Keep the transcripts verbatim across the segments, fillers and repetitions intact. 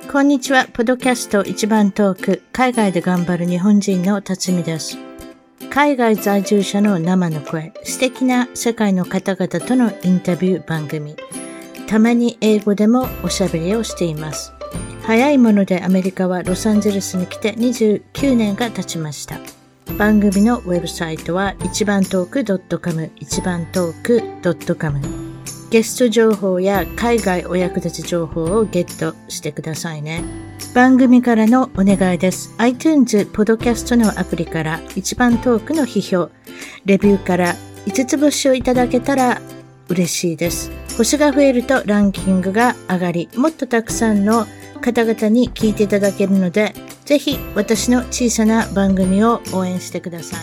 こんにちは。ポッドキャスト一番トーク、海外で頑張る日本人の辰巳です。海外在住者の生の声、素敵な世界の方々とのインタビュー番組。たまに英語でもおしゃべりをしています。早いものでアメリカはロサンゼルスに来てにじゅうきゅうねんが経ちました。番組のウェブサイトは一番トーク .com、一番トーク .com。ゲスト情報や海外お役立ち情報をゲットしてくださいね。番組からのお願いです。iTunes ポッドキャストのアプリから一番トークの批評、レビューからいつつ星をいただけたら嬉しいです。星が増えるとランキングが上がり、もっとたくさんの方々に聞いていただけるので、ぜひ私の小さな番組を応援してください。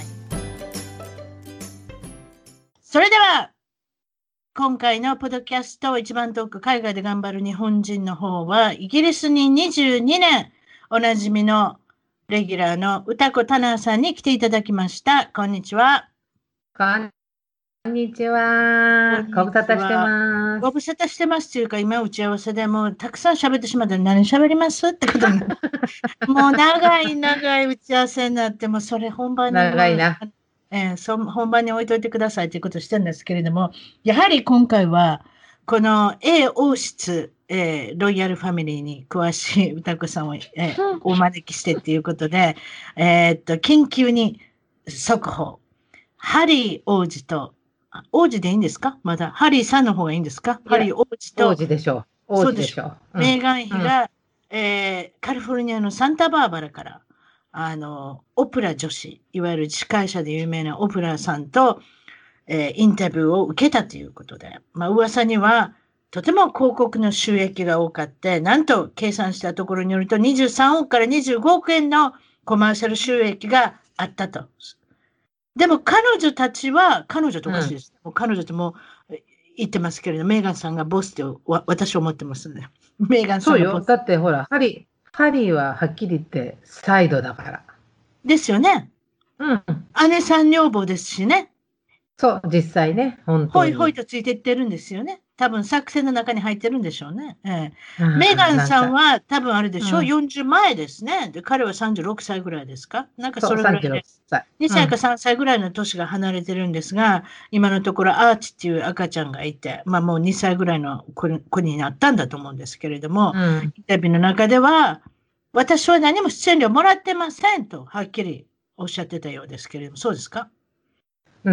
それでは今回のポッドキャスト一番トーク、海外で頑張る日本人の方は、イギリスににじゅうにねんおなじみのレギュラーの歌子タナーさんに来ていただきました。こんにちは。 こんにちは。ご無沙汰してます。 ご無沙汰してますというか、今打ち合わせでもうたくさん喋ってしまったら何喋りますってことにもう長い長い打ち合わせになって、もそれ本番に長いな。 えー、そ本番に置いといてくださいということをしてるんですけれども、やはり今回はこの A 王室、えー、ロイヤルファミリーに詳しい歌子さんを、えー、お招きしてということで、えー、っと緊急に速報、ハリー王子と、王子でいいんですか？まだハリーさんの方がいいんですか？ハリー王子と、 王子でしょう。王子でしょう。 メーガン妃が、うんえー、カリフォルニアのサンタバーバラからあの、オプラ女子、いわゆる司会者で有名なオプラさんと、えー、インタビューを受けたということで、まあ、噂には、とても広告の収益が多かって、なんと計算したところによるとにじゅうさんおくからにじゅうごおくえんのコマーシャル収益があったと。でも彼女たちは、彼女とおかしいです。うん、もう彼女とも言ってますけれど、メーガンさんがボスって私は思ってますので。メーガンさんがボス。 そうよ。だってほら、ハリー、ハリーははっきり言ってサイドだから。 ですよね。 うん。 姉さん女房ですしね。 そう、実際ね、本当に。 ほいほいとついていってるんですよね。多分作戦の中に入ってるんでしょうね。ええ、メーガンさんは多分あれでしょう、うん、よんじゅうまえですね。で、彼はさんじゅうろくさいぐらいですか？なんかそれぐらいで。にさいかさんさいぐらいの年が離れてるんですが、うん、今のところアーチっていう赤ちゃんがいて、まあもうにさいぐらいの子になったんだと思うんですけれども、うん、インタビューの中では、私は何も出演料もらってませんとはっきりおっしゃってたようですけれども、そうですか？ うん、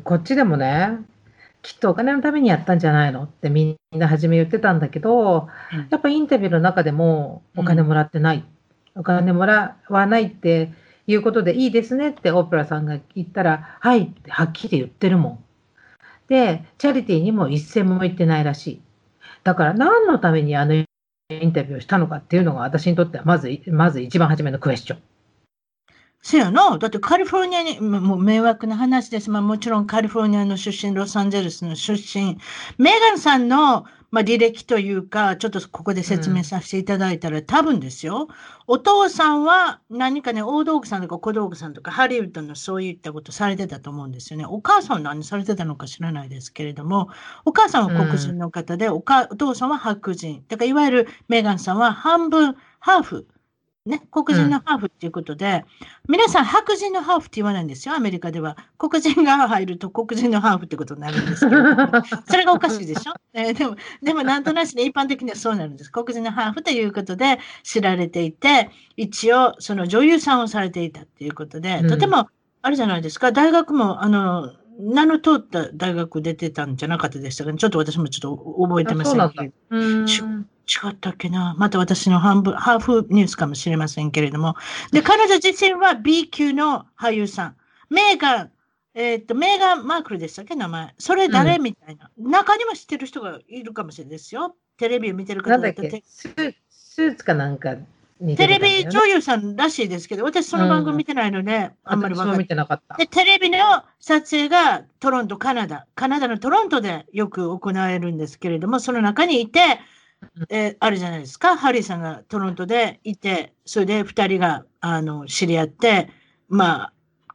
こっちでもね、きっとお金のためにやったんじゃないのってみんな初め言ってたんだけど、うん、やっぱインタビューの中でもお金もらってない、うん、お金もらわないっていうことでいいですねってオプラさんが言ったら、はいってはっきり言ってるもん。で、チャリティーにも一銭も言ってないらしい。だから何のためにあのインタビューをしたのかっていうのが私にとってはまず、まず一番初めのクエスチョン。 せやな。だってカリフォルニアに、もう迷惑な話です。まあもちろんカリフォルニアの出身、ロサンゼルスの出身。メーガンさんの、まあ、履歴というか、ちょっとここで説明させていただいたら、うん、多分ですよ。お父さんは何かね、大道具さんとか小道具さんとか、ハリウッドのそういったことされてたと思うんですよね。お母さんは何されてたのか知らないですけれども、お母さんは黒人の方で、うん、お, かお父さんは白人。だからいわゆるメーガンさんは半分、ハーフ。ね、黒人のハーフっていうことで、うん、皆さん白人のハーフって言わないんですよ、アメリカでは。黒人が入ると黒人のハーフってことになるんですけど、それがおかしいでしょ、えー、でも、でもなんとなしで一般的にはそうなるんです。黒人のハーフということで知られていて、一応その女優さんをされていたっていうことで、うん、とてもあれじゃないですか、大学もあの名の通った大学出てたんじゃなかったでしたかね。ちょっと私もちょっと覚えてませんけど。違ったっけな。また私の半分、ハーフニュースかもしれませんけれども。で、彼女自身は ビー 級の俳優さん。メーガン、えー、っと、メーガン・マークルでしたっけ、名前。それ誰、うん、みたいな。中にも知ってる人がいるかもしれないですよ。テレビを見てる方だと。 スーツかなんかにテレビ女優さんらしいですけど、私その番組見てないので、うん、あんまり分かってなかった。 で、テレビの撮影がトロント、カナダ。カナダのトロントでよく行われるんですけれども、その中にいて、えー、あるじゃないですか。ハリーさんがトロントでいて、それでふたりがあの知り合って、まあ、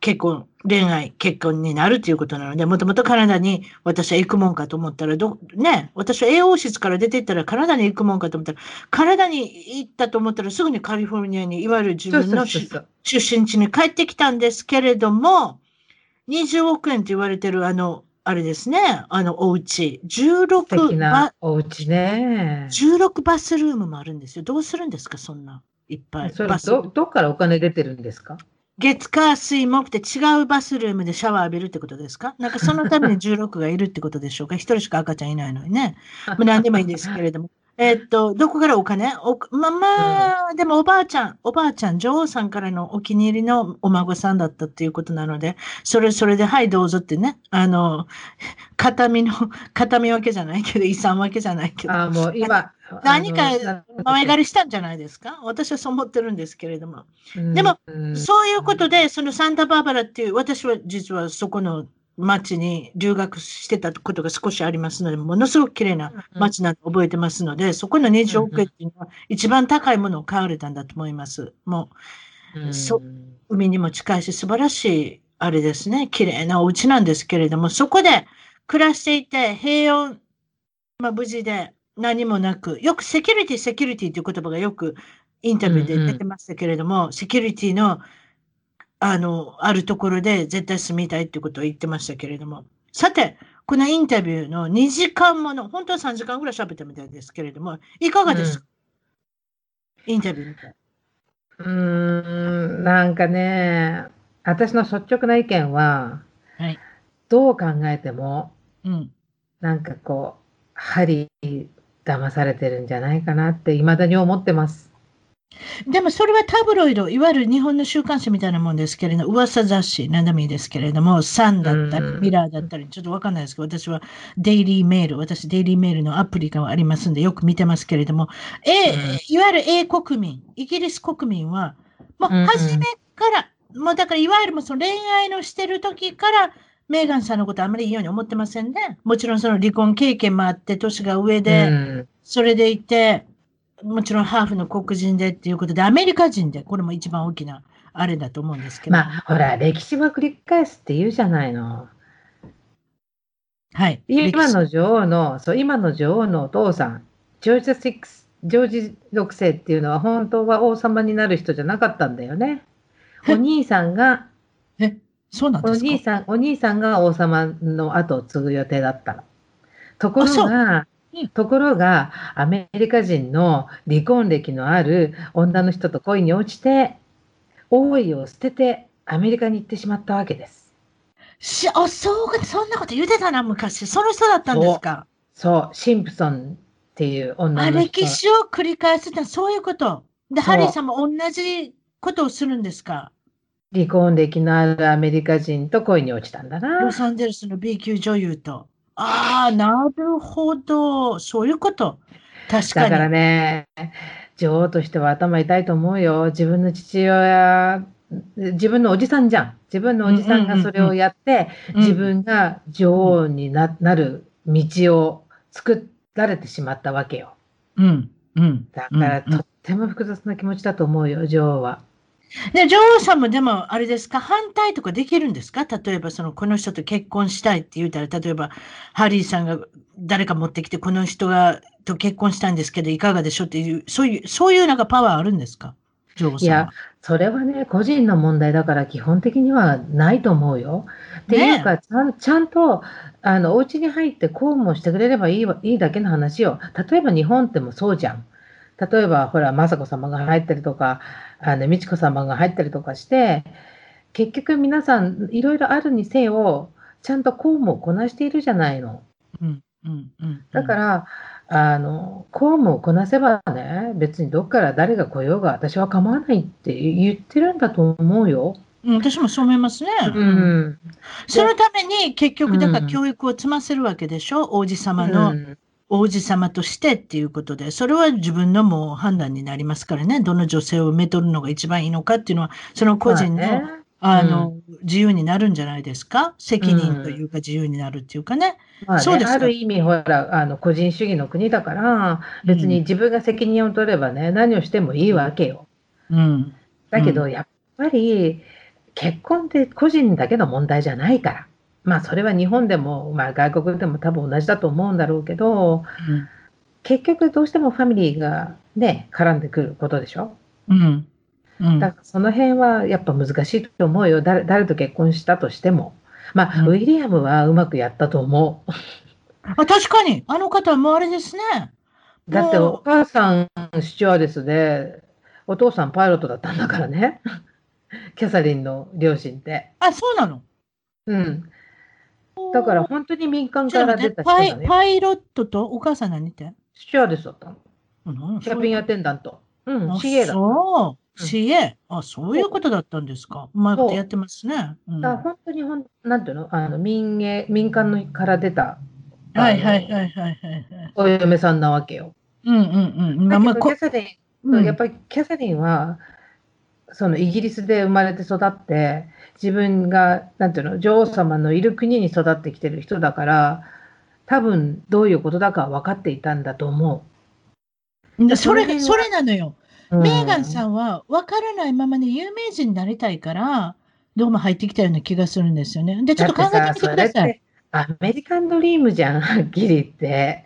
結婚、恋愛、結婚になるということなので、もともとカナダに私は行くもんかと思ったら、ど、ね、私は栄養室から出て行ったらカナダに行くもんかと思ったら、カナダに行ったと思ったらすぐにカリフォルニアに、いわゆる自そうそう分の出そうそう。 出身地に帰ってきたんですけれども、にじゅうおくえんと言われてるあの、あれですね、あのお家、 素敵 16 なバ、 お家ね。 じゅうろくバスルームもあるんですよ。どうするんですか、そんな、いっぱい。 それ、ど、 バスルーム。 どっからお金出てるんですか？ 月火水木って違うバスルームでシャワー浴びるってことですか？なんかそのためにじゅうろくがいるってことでしょうか？一人しか赤ちゃんいないのにね。まあ、何でもいいですけれども。えーっと、どこからお金お、まあ、まうん。 あ、でもおばあちゃん、おばあちゃん、女王さんからのお気に入りのお孫さんだったっていうことなので、それそれで、はい、どうぞってね、あの、形見の、形見分けじゃないけど、遺産分けじゃないけど、 あ、もう今、あ何かの、なんだっ前借け。 りしたんじゃないですか？私はそう思ってるんですけれども。 うん、 でも、 うん、 そういうことで、そのサンタバーバラっていう、私は実はそこの町に留学してたことが少しありますので、ものすごく綺麗なうん、 町なんて覚えてますので、そこのにじゅうおく円っうん、 ていうのは一番高いものを買われたんだと思います。もうう、そ、 ん、 海にも近いし、素晴らしい、あれですね、綺麗なお家なんですけれども、そこで暮らしていて、平穏、まあ、無事で何もなく、よくセキュリティ、セキュリティという言葉がよくインタうん、 ビューで出うん。 てましたけれども、セキュリティの、あの、あるところで絶対住みたいということを言ってましたけれども、さて、このインタビューのにじかんもの、本当はさんじかんぐらい喋ったみたいですけれども、いかがですか？インタビューみたい。 うーん、なんかね、私の率直な意見は、 はい。 どう考えても、 うん。 なんかこう、針騙されてるんじゃないかなって未だに思ってます。 でもそれはタブロイド、いわゆる日本の週刊誌みたいなもんですけれども、噂雑誌、何でもいいですけれども、サンうだったり、ミん、 ラーだったり、ちょっとわかんないですけど、私はデイリーメール、私デイリーメールのアプリがありますんで、よく見てますけれども、えうん、 いわゆる英国民、イギリス国民は、もううん、 初めから、もうだからいわゆるもうその恋愛のしてる時から、メーガンさんのことあんまりいいように思ってませんね。もちろんその離婚経験もあって、年が上うで、 ん。 それでいて、もちろんハーフの黒人でっていうことで、アメリカ人で、これも一番大きなあれだと思うんですけれども。 まあ、ほら、歴史は繰り返すって言うじゃないの。 はい。歴史。 今の女王の、そう、今の女王のお父さん、ジョージろく、ジョージろく世っていうのは本当は王様になる人じゃなかったんだよね。おえ、 兄さんが、 え、そうなんですか？ お兄さん、お兄さんが王様の後を継ぐ予定だったの。とこあ、 ろそう。 が、 うん。 ところが、アメリカ人の離婚歴のある女の人と恋に落ちて、王位を捨ててアメリカに行ってしまったわけです。 し、あ、そうか、そんなこと言ってたな、昔。その人だったんですそう、 か？ そう、シンプソンっていう女あ、 の人、 歴史を繰り返すって、そういうこと。で、ハリーそさんも同じことをするんですか？ う、離婚歴のあるアメリカ人と恋に落ちたんだな。 ロサンゼルスの B 級女優と。ああ、なるほど。そういうこと。確だからかに。 ね、女王としては頭痛いと思うよ。自分の父親、自分のおじさんじゃん。自分のうんうおじさんがそれをんうんやって、 うん。う自ん。 分が女うん。 王にな、なる道を作られてしまったわけよ。 うん。うん。 だうん。 からとっても複雑な気持ちだと思うよ、女王は。 で、女王さんもでも、あれですか、反対とかできるんですか？例えば、その、この人と結婚したいって言うたら、例えば、ハリーさんが誰か持ってきて、この人が、と結婚したいんですけど、いかがでしょうっていう、そういう、そういうなんかパワーあるんですか？女王いや、 さんは。 それはね、個人の問題だから基本的にはないと思うよ。っていうねか、ちゃん、ちゃんと、あの、お家に入って公務をしてくれればいいわ、いいだけの話よ。例えば日本ってもそうじゃん。例えば、ほら、雅子様が入ったりとか、あの、美智子様が入ったりとかして、結局皆さん、いろいろあるにせよ、ちゃんと公務をこなしているじゃないの。 え。うん、うん、うん、うん。 だから、あの、公務をこなせばね、別にどっから誰が来ようが私は構わないって言ってるんだと思うよ。 うん、私もそう思いますね。 ううん。 ん。で、 そのために、結う局、だからん、 教育を積ませるわけでしょ？王子う様の、 ん。 王子様としてっていうことで、それは自分のもう判断になりますからね、どの女性をめとるのが一番いいのかっていうのは、その個まあね。 人の、 うん、 あの、自由になるんじゃないですか？ う責任といん。 うか自由になるっていうかね。 まあね、 そうですか。 ある意味、ほら、あの、個人主義の国だから、 うん、 別に自分が責任を取ればね、何をしてもいいうん、 わけよ。 うん、 だけど、 うん、 やっぱり、 結婚って個人だけの問題じゃないから。まあそれは日本でも、まあ、外国でも多分同じだと思うんだろうけど、 うん。 結局どうしてもファミリーがね、絡んでくることでしょ。 うん。うん。 だからその辺はやっぱ難しいと思うよ。誰誰と結婚したとしても。まあ、ウうん。 ィリアムはうまくやったと思う。 あ、確かに、あの方はもうあれですね。 だっておも母さんスチュワーデスで、お父さんパイロットだったんだからね。キャサリンの両親って。 う、あ、そうなの。 うん。だから本当に民間ちょっと待って、 から出たパイ、 人なのよ。 パイロットとお母さん何てスチュワーデスだったの。 うん、 キャビンアそういうこと。 テンダント。うん、 あ、 シーエー だった。 そう。 うん。 シーエー。あ、そういそう。 うことだったんですか。うまいことやっそう。 てますね。うだからん。 本当にほん、なんていうの、あの民営、民間のから出た、 はいはいあの、 はいはいはいはい。 お嫁さんなわけよ。 うんうんうん。まあまあ、 だけど、キャこ、 サリン、そうやっうん。 ぱりキャサリンは、そのイギリスで生まれて育って、自分が、なんていうの、女王様のいる国に育ってきてる人だから、多分どういうことだかは分かっていたんだと思う。 で、 だそそれが、 の辺は、 それなのよ。 うメーガンさん。 んは分からないままに有名人になりたいから、どうも入ってきたような気がするんですよね。で、ちょっとだってさ、 考えてみてそください。 れってアメリカンドリームじゃん、はっきり言って。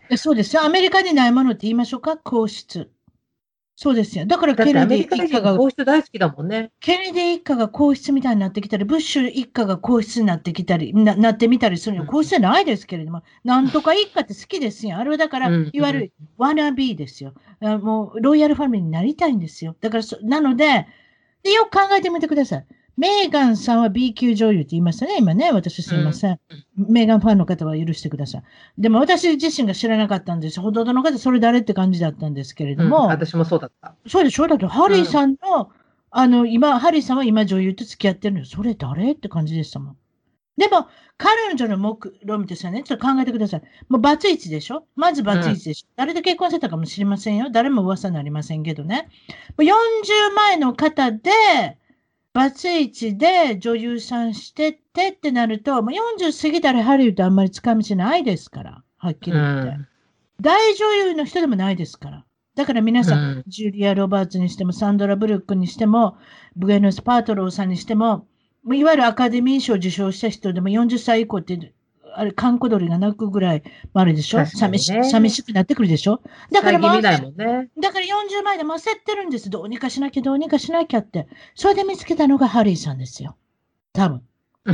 えそうですよ。アメリカにないものって言いましょうか、皇室。そうですよ。だからだってアケネディメリカ人一家が、 皇室大好きだもんね。 ケネディ一家が皇室みたいになってきたり、ブッシュ一家が皇室になってきたり、な、なってみたりするの。 うん。 皇室じゃないですけれども、なんとか一家って好きですよ。あれはだから、 うん。うん。 いわゆるワナビーですよ。あもう、ロイヤルファミリーになりたいんですよ。だからそ、なので、で、よく考えてみてください。メーガンさんは B 級女優って言いましたね、今ね。私すうん。 いません。メーガンファンの方は許してください。でも私自身が知らなかったんです。ほとんどの方、それ誰って感じだったんですけれどうん。 も、 私もそうだった。 そうでしょだって、ハリーうん。 さんの、あの、今、ハリーさんは今女優と付き合ってるのよ。それ誰って感じでしたもん。でも、彼女の目論見としてはね、ちょっと考えてください。もうバツイチでしょまずバツイうん。 チでしょ誰と結婚してたかもしれませんよ。誰も噂になりませんけどね。もうよんじゅうまえの方で、バツイチで女優さんしてってってなると、もうよんじゅう過ぎたらハリウッドあんまり使い道ないですから、はっきうり言って。 ん。 大女優の人でもないですから。だから皆さん、 うん。 ジュリア・ロバーツにしても、サンドラ・ブルックにしても、ブエノス・パートローさんにしても、いわゆるアカデミー賞を受賞した人でもよんじゅっさい以降って、あれ、閑古鳥が鳴くぐらいもあるでしょ確かに寂し寂ね。 しくなってくるでしょだからもう焦最近見ないもんね。 だからよんじゅうまえでも焦ってるんです。どうにかしなきゃ、どうにかしなきゃって。それで見つけたのがハリーさんですよ。多分。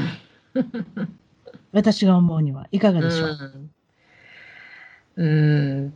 私が思うには。いかがうでしょん。うん。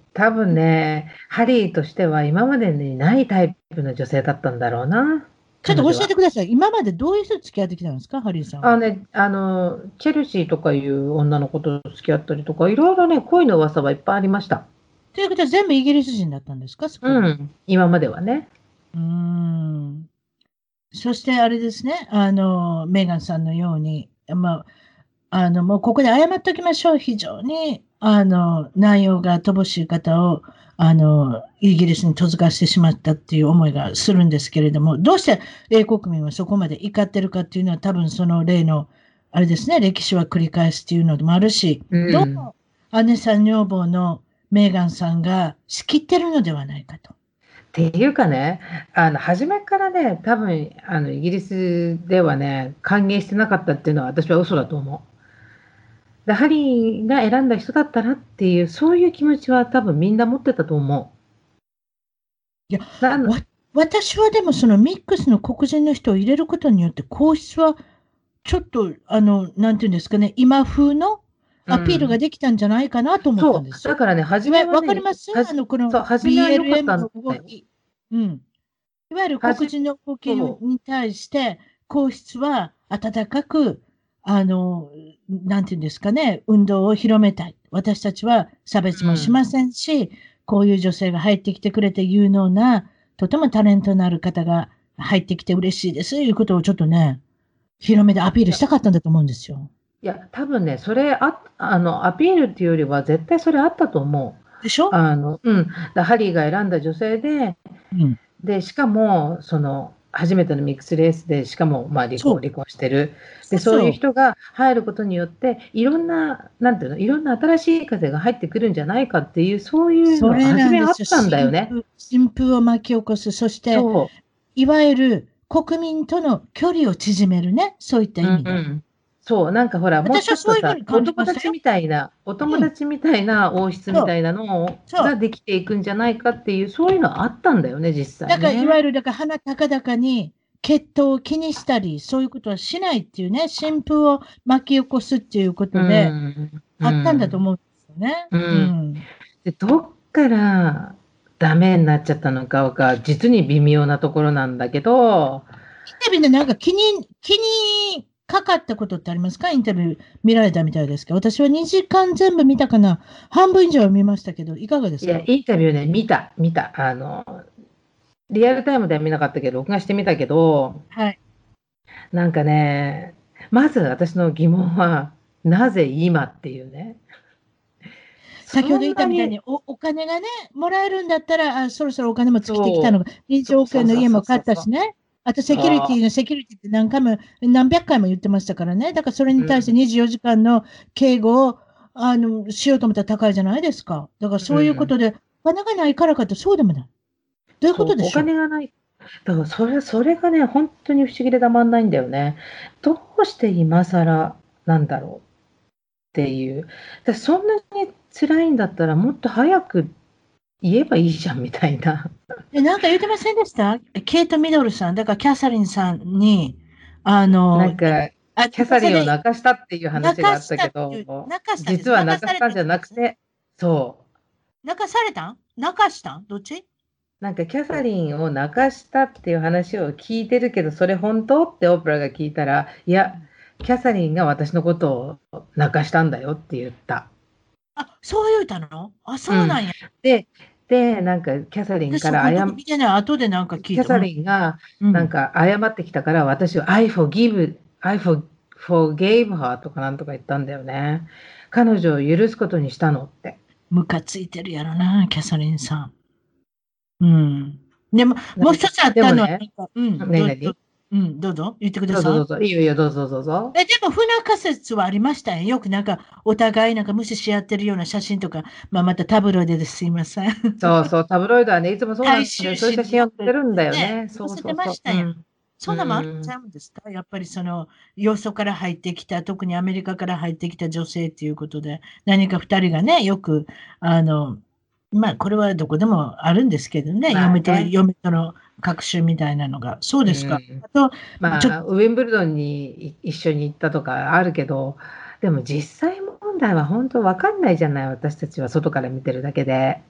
多分ね、ハリーとしては今までにないタイプの女性だったんだろうな、 ちょっと彼女は。 教えてください。今までどういう人と付き合ってきたんですかハリーさんは。 あのね、あの、チェルシーとかいう女の子と付き合ったりとか、いろいろね、恋の噂はいっぱいありました。 ということは全部イギリス人だったんですかそこは。 うん。今まではね。 うーん。そしてあれですね。あの、メーガンさんのように、まあ、あの、もうここで謝っておきましょう。非常に、あの、内容が乏しい方を、あの、イギリスに嫁がしてしまったっていう思いがするんですけれども、どうして英国民はそこまで怒ってるかっていうのは多分その例の、あれですね、歴史は繰り返すっていうのもあるし、 うどうん。 も姉さん女房のメーガンさんが仕切ってるのではないかと。 っていうかね、あの、初めからね、多分、あの、イギリスではね、歓迎してなかったっていうのは私は嘘だと思う。で、ハリーが選んだ人だったらっていう、そういう気持ちは多分みんな持ってたと思いや、 う。なんわ、私はでもそのミックスの黒人の人を入れることによって皇室はちょっと、あの、なんていうんですかね、今風のうアピールがん。 できたんじゃないかなと思ったんそう。 ですよ。 だからね、初いわ、 めはね、 わかりますはじあの、このそう、初めは良かったビーエルエムんの動だよ。 き。うん。いわゆるはじ黒人の動きそう。 に対して、皇室は温かく、あの、なんていうんですかね、運動を広めたい。私たちは差別うん。 もしませんし、こういう女性が入ってきてくれて有能な、とてもタレントのある方が入ってきて嬉しいです、いうことをちょっとね、広めでアピーいや、 ルしたかったんだと思うんですよ。 いや、多分ね、それああの、アピールっていうよりは絶対それあったと思う。 でしょあの、うん。だハリーが選んだ女性で、 うん。 で、しかも、その、初めてのミックスレースで、しかも、まあ、離婚そう。 離婚してる。で、そういうそうそう。 人が入ることによって、いろんな、なんていうの、いろんな新しい風が入ってくるんじゃないかっていう、そういうの、 それ初なんですよ。 めあったんだよね。 新風、新風を巻き起こす。そして、 そう。 いわゆる国民との距離を縮めるね。そういった意味で。 うん、そう、なんかほら、もう私はちょっとさ、 そういうふうにお感じましたよ。 友達みたいな、お友うん。 達みたいな王室そう、 みたいなのそう。 ができていくんじゃないかっていう、そういうのあったんだよね、実だから、いわ際ね。 ゆる、だから、鼻高々に血統を気にしたり、そういうことはしないっていうね、新風を巻き起こすっていうこうとで、 ん、うあったんだとん、 思うんですよね。 うん。 うん。 で、どっからダメになっちゃったのかが、実に微妙なところなんだけど、 インタビューでなんか気に、気にかかったことってありますか？インタビュー見られたみたいですけど、私はにじかん全部見たかな。半分以上は見ましたけど、いかがでいや、 すか？ インタビューね、見た、見た。あの、リアルタイムでは見なかったけど、録画してみたけど、 はい。 なんかね、まず私の疑問は、なぜ今っていうね。そ先ほど言っんなに、 たみたいにお、お金がね、もらえるんだったら、あ、そろそろお金も尽きてきたのそう、 が、にじゅうおくそうそうそう円の家も買っそうそうそう。 たしね。あとセキュリティそのセキュリティって何回も、何百回も言ってましたからね。だからそれう。 に対してうん、 にじゅうよじかんの警護を、あの、しようと思ったら高いじゃないですか。だからそういうこうん。 とで、お金がないからかってそうでもない。どういうこそう、おとでしょう？ 金がない。だからそれ、それがね、本当に不思議でたまんないんだよね。どうして今更なんだろうっていう。だそんなに辛いんだったら、もっと早く言えばいいじゃんみたいな。 で、なんか言ってませんでした？ケイト・ミドルさん、だからキャサリンさんに、あの、 なんか、 あ、 キャサリンを噂で泣かしたっていう泣話があったかしたけど、 っていう、泣かしたんです。 実は泣かされ泣かしたんじゃたってことです。 なくて、そう。 泣かされたん泣かしたんどっち？ なんかキャサリンを泣かしたっていう話を聞いてるけど、それ本当ってオプラが聞いたら、いや、キャサリンが私のことを泣かしたんだよって言った。 あ、そう言うたの？あ、 うん。 そうなんや。 で、で、なんかキャサリンで、 かそこのとこら謝、 見てない。後でなんか聞いた。うキャサん。 リンがうん。 なんか謝ってきたから、私は I forgive, I for, forgave her とかなんとか言ったんだよね。彼女を許すことにしたのって。 ムカついてるやろな、キャサリンさん。うん。でも、もうなんか、 一つあったのは、なでもね、 んか、うん、どうぞ、 何々 うん、どうぞ、言ってください。 どうぞどうぞ。いいよいいよ、どうぞどうぞ。 え、でも、不仲説はありましたよ。よくなんか、お互いなんか無視し合ってるような写真とか、まあ、またタブロイドですいません。 そうそう、タブロイドはね、いつもそうな大んだよ。そういう衆紙写真を載ってによくるんだよね、 ね。そう載せてそうそう。 ましたやん。 うん。うそんなもんあるんちん。 ゃうんですか？やっぱりその、よそから入ってきた、特にアメリカから入ってきた女性っていうことで、何か二人がね、よく、あの、まあ、これはどこでもあるんですけどね、嫁と、 まあね。 嫁との確執みたいなのが。そううですか。 ん。 あと、ちょっと、 まあ、ウィンブルドンにい一緒に行ったとかあるけど、でも実際問題は本当わかんないじゃない、私たちは外から見てるだけで。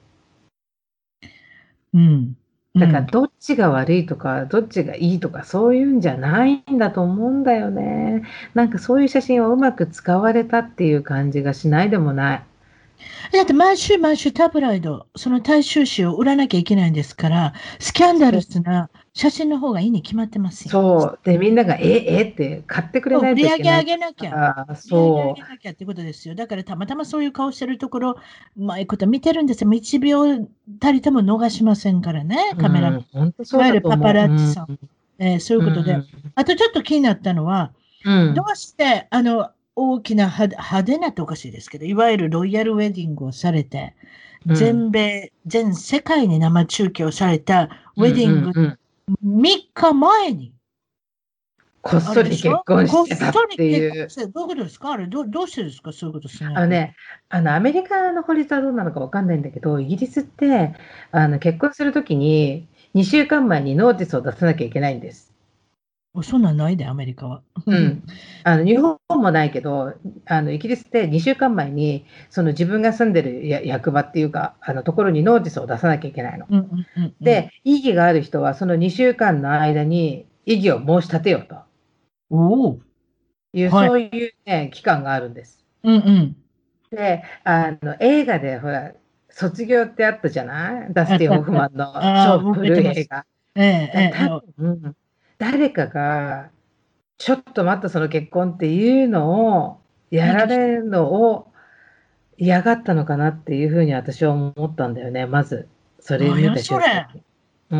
うん、うだからん。 どっちが悪いとか、どっちがいいとか、そういうんじゃないんだと思うんだよね。なんかそういう写真をうまく使われたっていう感じがしないでもない。 だって毎週毎週タブロイド、その大衆紙を売らなきゃいけないんですから、スキャンダルスな写真の方がいいに決まってますやん。 そう。で、みんなが、え、えって買ってくれそう、 ない売り上げ上といけないげなきゃ。 から、 売り上げ上そげなきゃってことですよ。だからたまたまそういう顔してるところ、うまいこと見てるんですよ。もう一秒たりとも逃しませんからね、 う。 カメラマン。 うん、本当そういわゆだと思う。 るパパラうん、 ッチさん。えーそういうことで。 うん、 あとちょっと気になったのは、 うん、 どうして、あの、大きな派派手なっておかしいですけど、いわゆるロイヤルウェディングをされて、 うん、 全米、全世界に生中継をされたうん、うウェディンん、 グうん。 みっかまえに、 こっあれでそり結しょこっ婚してたっそりていう。 結婚して、どういうことですか？あれど、どうしてですか？そういうことしないと。 あのね、あの、アメリカの法律はどうなのかわかんないんだけど、イギリスって、あの、結婚するときに、にしゅうかんまえにノーティスを出さなきゃいけないんです。 おそんなんないで、アメリカは。 うん。あの、日本もないけど、あの、イギリスってにしゅうかんまえに、その自分が住んでるや役場っていうか、あの、ところにノーティスを出さなきゃいけないの。 うんうんうんうん。 で、異議がある人は、そのにしゅうかんの間に異議を申し立てようとおお、 いう、 はい。 そういうね、期間があるんです。 うんうん。 で、あの、映画でほら、卒業ってあったじゃないダスティン・あったあった。 ホフマンのああ、 超覚えてます。 古い映画。 ええ、ええ、えだ多え。 分、誰かが、ちょっと待ったその結婚っていうのをやいいしられるのを嫌がったのかなっていうふうに私は思ったんだよね、まず。それなんや、 見たそれ。 瞬間に。うん。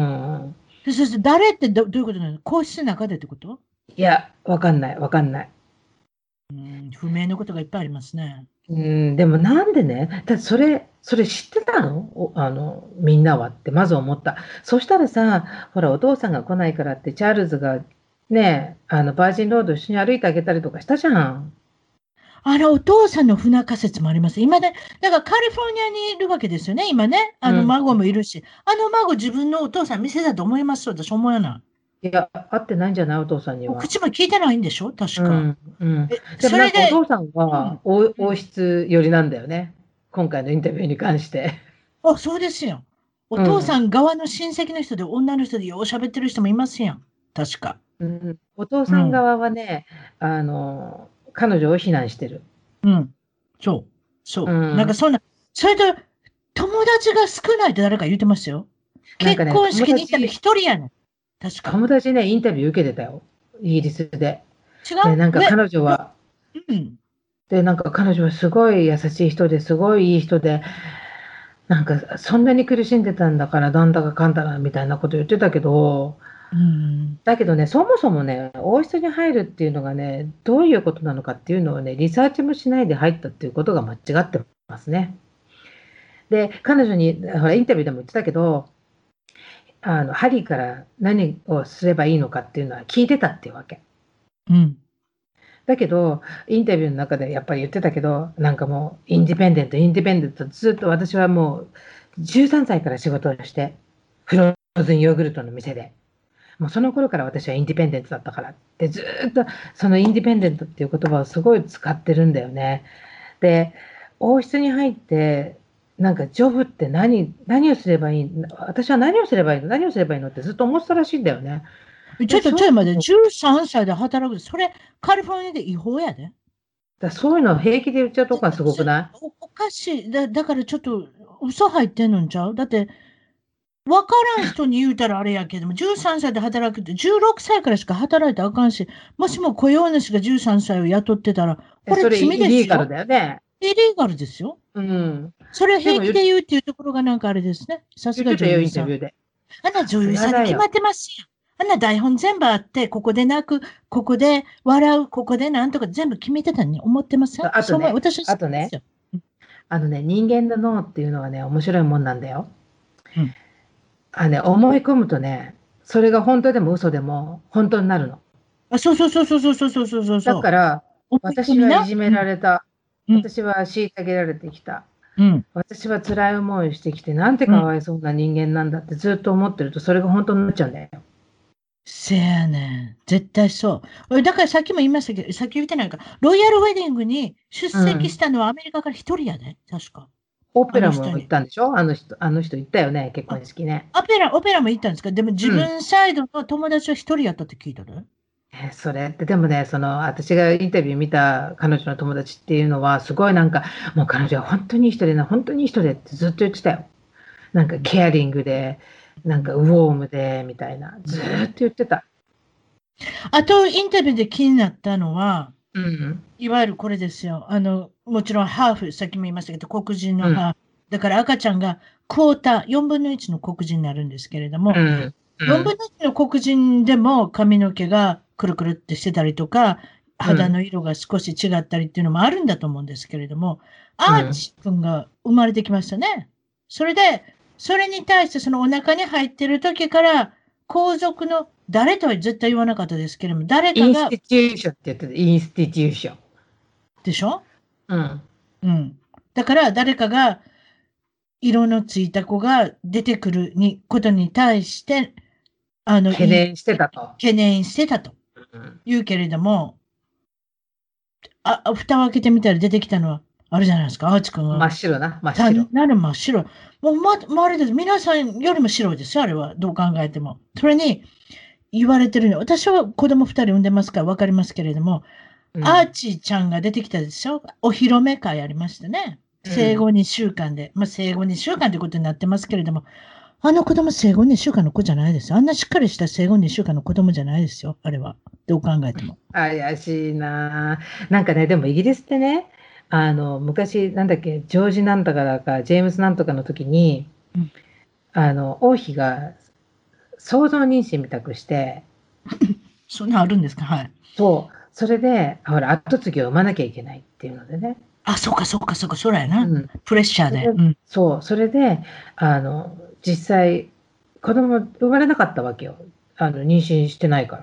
でそして誰ってど、どういうことなの？皇室の中でってこと？ いや、わかんない、わかんない。 うん、不明のことがいっぱいありますね。 うん、でもなんでね、だってそれそれ知ってたのおあの、みんなはってまず思った。そしたらさ、ほら、お父さんが来ないからって、チャールズがね、あの、バージンロード一緒に歩いてあげたりとかしたじゃん。 あれ、お父さんの不仲説もあります。今ね、だからカリフォルニアにいるわけですよね、今ね。あのうん。 孫もいるし。あの孫、自分のお父さん見せたと思います。私思わない。 いや、会ってないんじゃないお父さんにおは。 口も聞いてないんでしょ確か。 うん、うん。 え、 でもそれで、 なんかお父さんうん、 は王王うん。 室寄りなんだよね。今回のインタビューに関して。 あ、そうですよ。おうん。 父さん側の親戚の人で、女の人でよう喋ってる人もいますやん。確か。 うん。お父うん。 さん側はね、あの、彼女を非難してる。 うん。そう。そう。なんかうん。 そんな、それと、友達が少ないって誰か言ってますよ。結なんかね、友婚式に行ったの達一人やねん。確か。 友達ね、インタビュー受けてたよ。イギリスで。 違で、なんかうえ、ど、 彼女はうん。 で、なんか彼女はすごい優しい人ですごいいい人で、なんかそんなに苦しんでたんだからなんだかかんだなみたいなこと言ってたけど、 うん。 だけどね、そもそもね、王室に入るっていうのがね、どういうことなのかっていうのをね、リサーチもしないで入ったっていうことが間違ってますね。で、彼女に、ほら、インタビューでも言ってたけど、あの、ハリーから何をすればいいのかっていうのは聞いてたっていうわけ。 うん。 だけど、インタビューの中でやっぱり言ってたけど、なんかもう、インディペンデント、インディペンデント、ずっと私はもう、じゅうさんさいから仕事をして、フローズンヨーグルトの店で。もうその頃から私はインディペンデントだったからって、ずっとそのインディペンデントっていう言葉をすごい使ってるんだよね。で、王室に入って、なんかジョブって何、何をすればいい、私は何をすればいいの、何をすればいいのってずっと思ってたらしいんだよね。で、 ちょっと、ちょっと待って、 そういうの、 じゅうさんさいで働く。それ、カリフォルニアで違法やで。 だそういうのを平気で言っちゃうとぜこがすごくぜない？ お、おかしい。だ、だからちょっと、嘘入ってんのんちゃうだって、わからん人に言うたらあれやけども、じゅうさんさいで働くって、じゅうろくさいからしか働いたらあかんし、もしも雇用主がじゅうさんさいを雇ってたら、 え、それこれ罪イリーガルですよ。 だよね。 イリーガルですよ。 うん。 それをでも言、 平気で言うっていうところがなんかあれですね。さすが言ってたよ、 女優さん。 インタビューで。 あんなさす女優さんにがだよ。 決まってますやん。あんな台本全部あって、ここで泣く、ここで笑う、ここでなんとか全部決めてたのに思ってませんそう思う。 あとね、 私は知っあとね、 てますよ。 あのね、人間の脳っていうのはね、面白いもんなんだよ。 うん。 あのね、思い込むとね、それが本当でも嘘でも本当になるの。 あ、そうそうそうそうそうそうそうそうそう。 だから、 思い込私みな。 はいじめうん。 られた。 うん。 私は虐げられてきた。 うん。 私は辛い思いをしてきて、なんてうん。 かわいそうな人間なんだってずっと思ってると、それが本当になっちゃうんだよ。 せやねん。絶対そう。俺だからさっきも言いましたけど、さっき言ってないか、ロイヤルウェディングに出うん。 席したのはアメリカから一人やで、確か。 オペラも行っあの人に。 たんでしょあの人、あの人行ったよね、結あ、 婚式ね。 オペラ、オペラも行ったんですかでも自うん。 分サイドの友達は一人やったって聞いたで。 え、それってでもね、その、私がインタビュー見た彼女の友達っていうのは、すごいなんか、もう彼女は本当にいい人でな、本当にいい人でってずっと言ってたよ。なんかケアリングで、なんかウォームで、みたいな。ずーっと言ってた。 あと、インタビューで気になったのは、 うん。 いわゆるこれですよ。あの、もちろんハーフ、さっきも言いましたけど、黒人うん。 のハーフ。だから赤ちゃんがクォーター、よんぶんのいちの黒人になるんですけれども、 うん。う 4分ん。 のいちの黒人でも髪の毛がくるくるってしてたりとか、 うん。 肌の色が少し違ったりっていうのもあるんだと思うんですけれども、アうん。 ーチ君が生まれてきましたね。それで、それに対してそのお腹に入ってる時から、皇族の誰とは絶対言わなかったですけれども、誰かが、 インスティチューションって言ってた。インスティチューション。 でしょうん。 うん。だから誰かが色のついた子が出てくるにことに対して、あの、いい、 懸念してたと。 懸念してたとうん。 言うけれども、あ、あ蓋を開けてみたら出てきたのは、あれじゃないですか、アーチ君真は。 っ白な、真っ白。 単なる真っ白。もう、ま、周りです。皆さんよりも白いですよ、あれは。どう考えても。それに言われてるの。私は子供二人産んでますから分かりますけれども、アーうん。 チーちゃんが出てきたでしょお披露目会ありましたね。 うん。 生後にしゅうかんで。まあ、生後にしゅうかんということになってますけれども、あの子供生後にしゅうかんの子じゃないですよ。あんなしっかりした生後にしゅうかんの子供じゃないですよ、あれは。どう考えても。 怪しいな。なんかね、でもイギリスってね、あの、昔、なんだっけ、ジョージなんとかだか、ジェームスなんとかの時に、 うん、 あの、王妃が想像妊娠みたくして、 そんなあるんですかはい。 そう、それで、ほら、後継ぎを産まなきゃいけないっていうのでね。 あ、そうかそうかそうか、そうだよな。 うん。 プレッシャーで。 それうん。 そう、それで、あの、実際、子供生まれなかったわけよ。あの、妊娠してないから。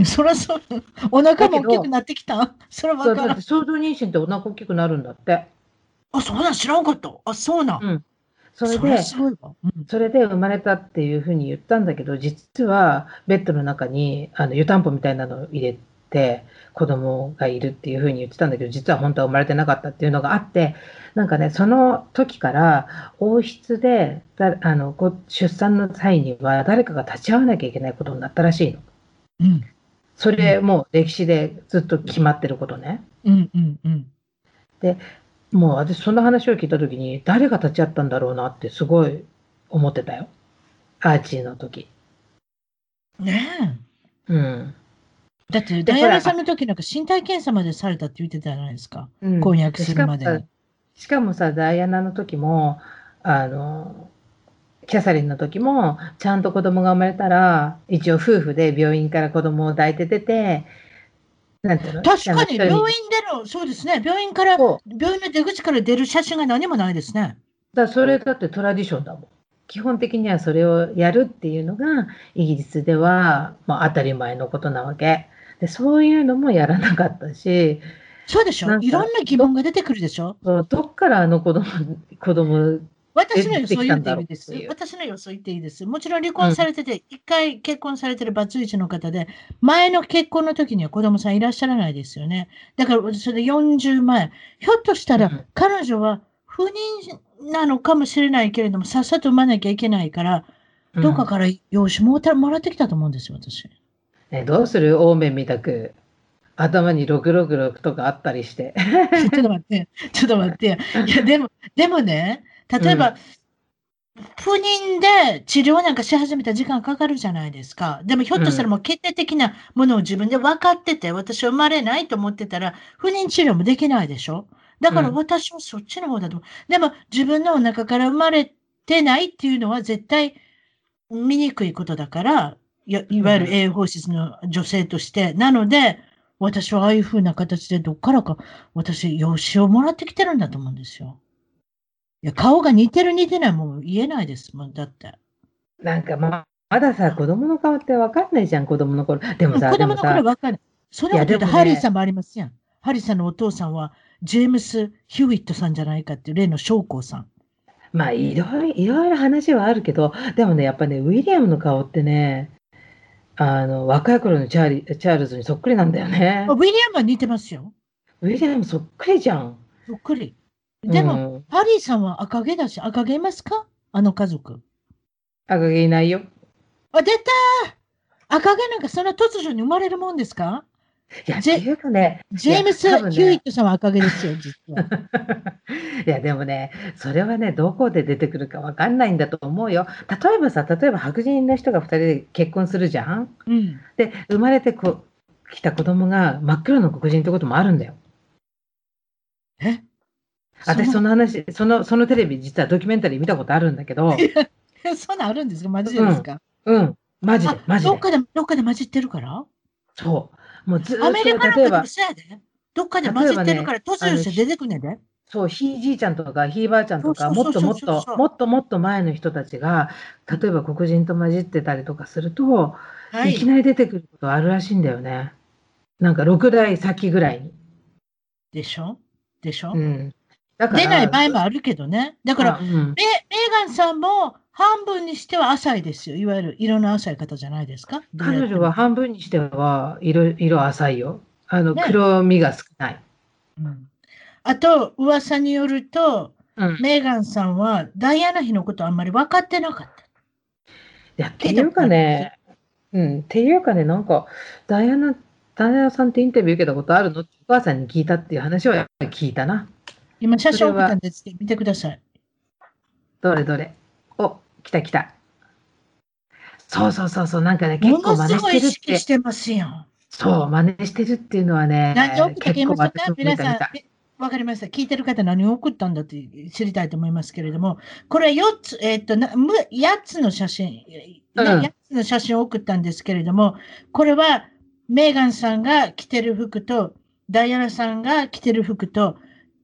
そらそう、お腹も大きくだけど、 なってきた。それわだだってからん。 想像妊娠ってお腹大きくなるんだって。 あ、そうなん知らんかった。あ、そうなん。 うん。それそれで、 すごいわ。うん。 それで生まれたっていうふうに言ったんだけど、実はベッドの中にあの湯たんぽみたいなのを入れて、子供がいるっていうふうに言ってたんだけど、実は本当は生まれてなかったっていうのがあって、なんかね、その時から王室で、だあのこ出産の際には誰かが立ち会わなきゃいけないことになったらしいの。 うん。 そうん。 れも歴史でずっと決まってることね。 うん。うん。うん。 で、もう私その話を聞いた時に、誰が立ち会ったんだろうなってすごい思ってたよ。アーチーの時。 ねうん。 え。だって、 で、ほら、 ダイアナさんの時なんか身体検査までされたって言ってたじゃないですか。 うん。で、 婚約すしかもさ、 るまでに。 しかもさ、ダイアナの時も、あの、キャサリンの時も、ちゃんと子供が生まれたら、一応夫婦で病院から子供を抱いて出て、なんていうのあの、 確かに、病一人に、 院での、そうですね。病院から、 そう。 病院の出口から出る写真が何もないですね。 だそれだってトラディションだもん。基本的にはそれをやるっていうのが、イギリスでは、まあ、当たり前のことなわけ。で、そういうのもやらなかったし、 そうでしょ。 なんか、 いろんな疑ど問が出てくるでしょ。 そうどっからあの子供子供で私の出予想言ってきたんだろていいです。 うっていう。 私の予想言っていいです。もちろん離うん。 婚されてて、一回結婚されてるバツイチの方で、前の結婚の時には子供さんいらっしゃらないですよね。だからそれでよんじゅうまえ。ひょっとしたらうん。 彼女は不妊なのかもしれないけれども、さっさと産まなきゃいけないから、 うん。 どっかから養子もたもらってきたと思うんですよ、私。 ね、どうするオーメンみたく、頭にろくろくろくとかあったりして。 ちょっと待って、ちょっと待って。いや、でも、でもね、例えば、 うん。 不妊で治療なんかし始めたら時間かかるじゃないですか。でもひょっとしたらうん。 もう決定的なものを自分で分かってて、私は生まれないと思ってたら、不妊治療もできないでしょ。だからうん。 私はそっちの方だと思う。でも自分のお腹から生まれてないっていうのは絶対見にくいことだから、いやいわゆるうん。 栄養放出の女性として。なので、私はああいうふうな形でどっからか私、養子をもらってきてるんだと思うんですよ。いや、顔が似てる似てないもん言えないですもん、だって。 なんかままださ、子供の顔ってわかんないじゃん、子供の頃。でもさ子供の頃でもさ、 わかる。そんいやでなこと言うと、 もね、 ハリーさんもありますやん。ハリーさんのお父さんは、ジェームス・ヒューイットさんじゃないかっていう例の将校さん。 まあ、いろいろいろいろ話はあるけど、でもね、やっぱね、ウィリアムの顔ってね、あの、若い頃のチャーリーチャールズにそっくりなんだよね。 ウィリアムは似てますよ。 ウィリアムそっくりじゃん。 そっくり。 うでも、 ん。 ハリーさんは赤毛だし、赤毛いますかあの家族。 赤毛いないよ。 あ、出たー赤毛なんかそんな突如に生まれるもんですか？ いや、っジェ、 ていうかね、いや、 ジェームス・多分ね、 ヒューイットさんは赤毛ですよ、実は。 いや、でもね、それはね、どこで出てくるかわかんないんだと思うよ。例えばさ、例えば白人の人がふたりで結婚するじゃん。 うん。 で、生まれてこ来た子供が真っ黒の黒人ってこともあるんだよ。 えそ私その、 の話、そのそのテレビ実はドキュメンタリー見たことあるんだけど、 そんなんあるんですか？マジでうん、 ですか？ うん、マジであ、 マジで。 どっかで、どっかで混じってるからそう。もうずアメリーっと、 カなんかでも例えばそうやで。どっかで混じっ例えばね、 てるから突あの、 如して出ひてくんねんで。 そう、ひいじいちゃんとかひいばあちゃんそうとか、もっとそうそうそうもっと、 そうそう。 もっともっと前の人たちが、例えば黒人と混じってたりとかすると、 はい。 いきなり出てくることあるらしいんだよね。なんかろくだい代先ぐらいに。 でしょでしょうん。だか出ないら、そ場合もあるけどね。だから、 あ、うん。 メ、メーガンさんも半分にしては浅いですよ。いわゆる色の浅い方じゃないですか。どうやっても。 彼女は半分にしては色色浅いよ。あの、 ね。 黒みが少ない。 うん。あと、噂によると、 うん。 メーガンさんはダイアナ妃のことあんまり分かってなかった。 いや、って聞いたこいうとあります？ かね、うん、っていうかね、なんか、ダイアナダイアナさんってインタビュー受けたことあるのってお母さんに聞いたっていう話はやっぱり聞いたな。 今写真送ったそれは、 んですけど、見てください。 どれどれ。お、来た来た。そうそうそうそう、なんかね、 も結構真似しのすごい意てるって、 識してますやん。 そう、真似してるっていうのはね、 何を送ったか結言いましたか構私も見皆さん、 た見た。 えわかりました。聞いてる方何を送ったんだって知りたいと思いますけれども、これよっつ、えっと、なむやっつの写真、ね、8 うん、 つの写真を送ったんですけれども、これはメーガンさんが着てる服と、ダイアナさんが着てる服と、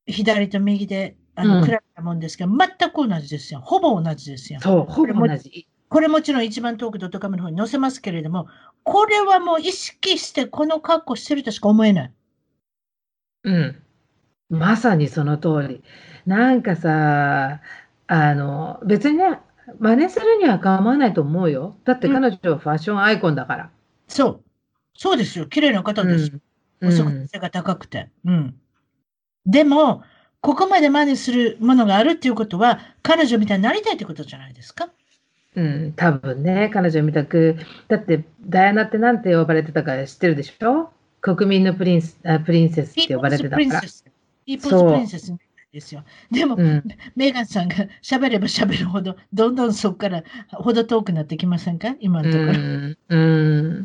左と右であの、 うん。 比べたもんですけど、全く同じですよ。ほぼ同じですよ。 そう、ほこれも、 ぼ同じ。 これもちろん一番トーク .com の方に載せますけれども、これはもう意識してこの格好してるとしか思えない。 うん。まさにその通り。なんかさ、あの、別にね、真似するには構わないと思うよ。だってうん、 彼女はファッションアイコンだから。 そう。そうですよ。綺麗な方ですよ。 うん。 おうん。 そく背が高くて。うん。でも、ここまで真似するものがあるっていうことは、彼女みたいになりたいってことじゃないですか。 うん、多分ね、彼女みたく、だってダイアナってなんて呼ばれてたか知ってるでしょ？国民のプリンス、あ、プリンセスって呼ばれピーポーズてたから。 プリンセス。ピーポーズプリンそセスですよ。でも、 う。うん。 メーガンさんが喋れば喋るほど、どんどんそこからほど遠くなってきませんか今うのところ。 ん。うん。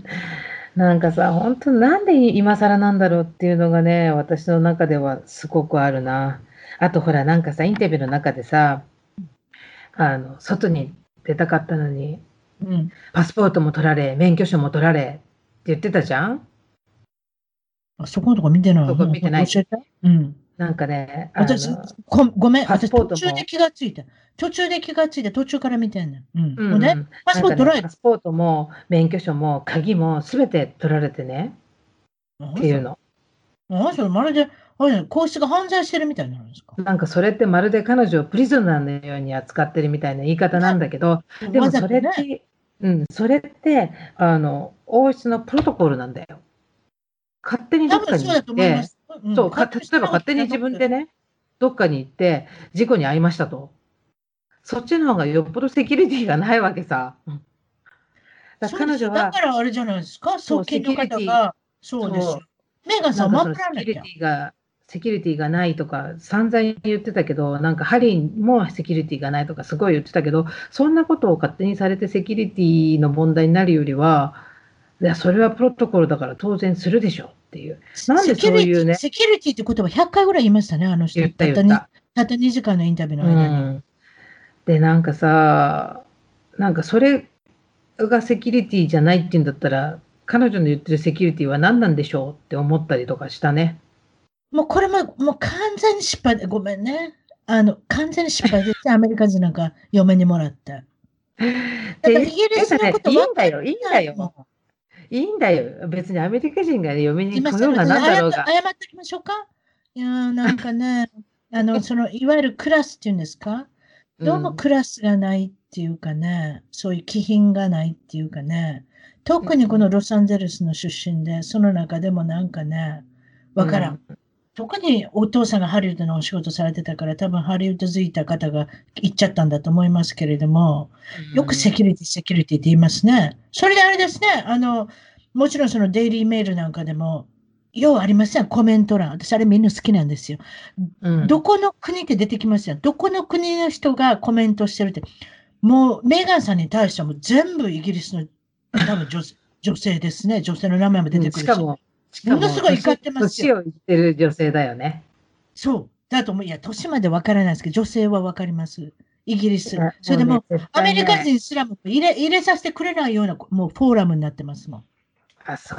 なんかさ、本当なんで今更なんだろうっていうのがね、私の中ではすごくあるな。あとほら、なんかさ、インタビューの中でさ、あの、外に出たかったのに、 うん。 パスポートも取られ、免許証も取られって言ってたじゃん？ あそこのとこ見てない。 そうん、 こ見てない？ 教えて。うん。 なんかね、あ私、 の、 ご、ごめん。 パス私、途中でポートも、 気がついた。途中で気がついて、途中から見てんねん。うん。 うんほんで、 うん。 パスなんかね、 ポート取られた。 パスポートも免許証も鍵もすべて取られてねって何それ。 いうの。 何それ、まるで、あれ、皇室が犯罪してるみたいになるんですか。 なんかそれってまるで彼女をプリズナーのように扱ってるみたいな言い方なんだけど、 ね、 でもそわざとね。 れって、うん、それって、あの、王室のプロトコルなんだよ。勝手にどっかに行っ多分そうだと思いまて、 す。うん。 そう、か、例勝手にそんなことえば勝手に自なくて。 分でね、どっかに行って事故に遭いましたと。そっちの方がよっぽどセキュリティがないわけさ。うん。だそうですよ。 彼女は、 だからあれじゃないですか。 そう、 側近のセキュリティ、 方が、そうですそよ。メーガンう、なんかそさんを守のセキュリらなきゃ。 ティが、セキュリティがないとか散々言ってたけど、なんかハリーもセキュリティがないとかすごい言ってたけど、そんなことを勝手にされてセキュリティの問題になるよりは、いや、それはプロトコルだから当然するでしょっていう。なんでセキュリティ、 そういうね、 セキュリティって言葉ひゃっかいぐらい言いましたね、あの人。 言ったたったに、 言った。 たったにじかんのインタビューうの間に。 ん。で、なんかさ、なんかそれがセキュリティじゃないっていうんだったら、彼女の言ってるセキュリティは何なんでしょうって思ったりとかしたね。 もうこれも、もう完全に失敗で、ごめんね。あの、完全に失敗ですね、アメリカ人なんか嫁にもらって。だからイで、 ギリスのこていうかね、 と分かっいいんだよ、いいんないもん。 だよ。いいんだよ。別にアメリカ人が嫁すいません、 に来ようが私、謝っなんだろうが。 謝っておきましょうか。いやー、なんかね、あの、その、いわゆるクラスっていうんですか、どうもうん。 クラスがないっていうかね、そういう気品がないっていうかね、特にこのロサンゼルスの出身で、その中でもなんかね、わからん。 うん。 特にお父さんがハリウッドのお仕事されてたから、多分ハリウッド付いた方が行っちゃったんだと思いますけれども、 うよくセん。 キュリティ、セキュリティって言いますね。それであれですね、あの、もちろんそのデイリーメールなんかでも、ようありません、コメント欄。私、あれみんな好きなんですよ。 うん。 どこの国って出てきますよ。どこの国の人がコメントしてるって。もう、メーガンさんに対してはもう全部イギリスの、多分女、女性ですね。女性の名前も出うん。 てくるし。 しかも、しかものすも、年、 ごい怒ってますよ。 年を言ってる女性だよね。 そう。だと思う。いや、年までわからないですけど、女性はわかります。イギリス。 いや、もうね、 それでもう、 絶アメリカ対ね、 人すらも入れ、入れさせてくれないような、もうフォーラムになってますもん。 あ、そう。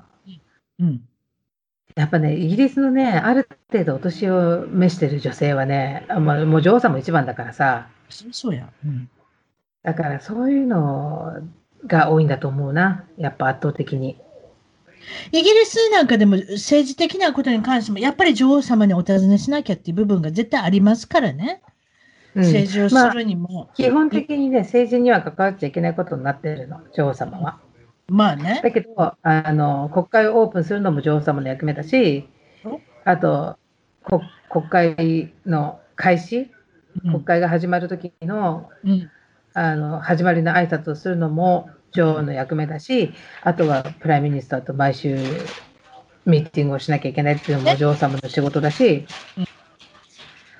うん。 やっぱね、イギリスのね、ある程度お年を召してる女性はね、あ、まあ、もう女王様一番だからさ、 そうそうや。うん。 だからそういうのが多いんだと思うな、やっぱ圧倒的に。 イギリスなんかでも政治的なことに関しても、やっぱり女王様にお尋ねしなきゃっていう部分が絶対ありますからね。 うん。 政治をすまあ、 るにも。 基本い的にね、政治には関わっちゃいけないことになってるの、女王様は。 まあね。 だけど、あの、国会をオープンするのも女王様の役目だし、あと、こ国会の開始、 うん。 国会が始まる時の、 うん。 あの、始まりの挨拶をするのも女王の役目だし、あとはプライムミニスターと毎週ミーティングをしなきゃいけないっていうのもね。 女王様の仕事だし、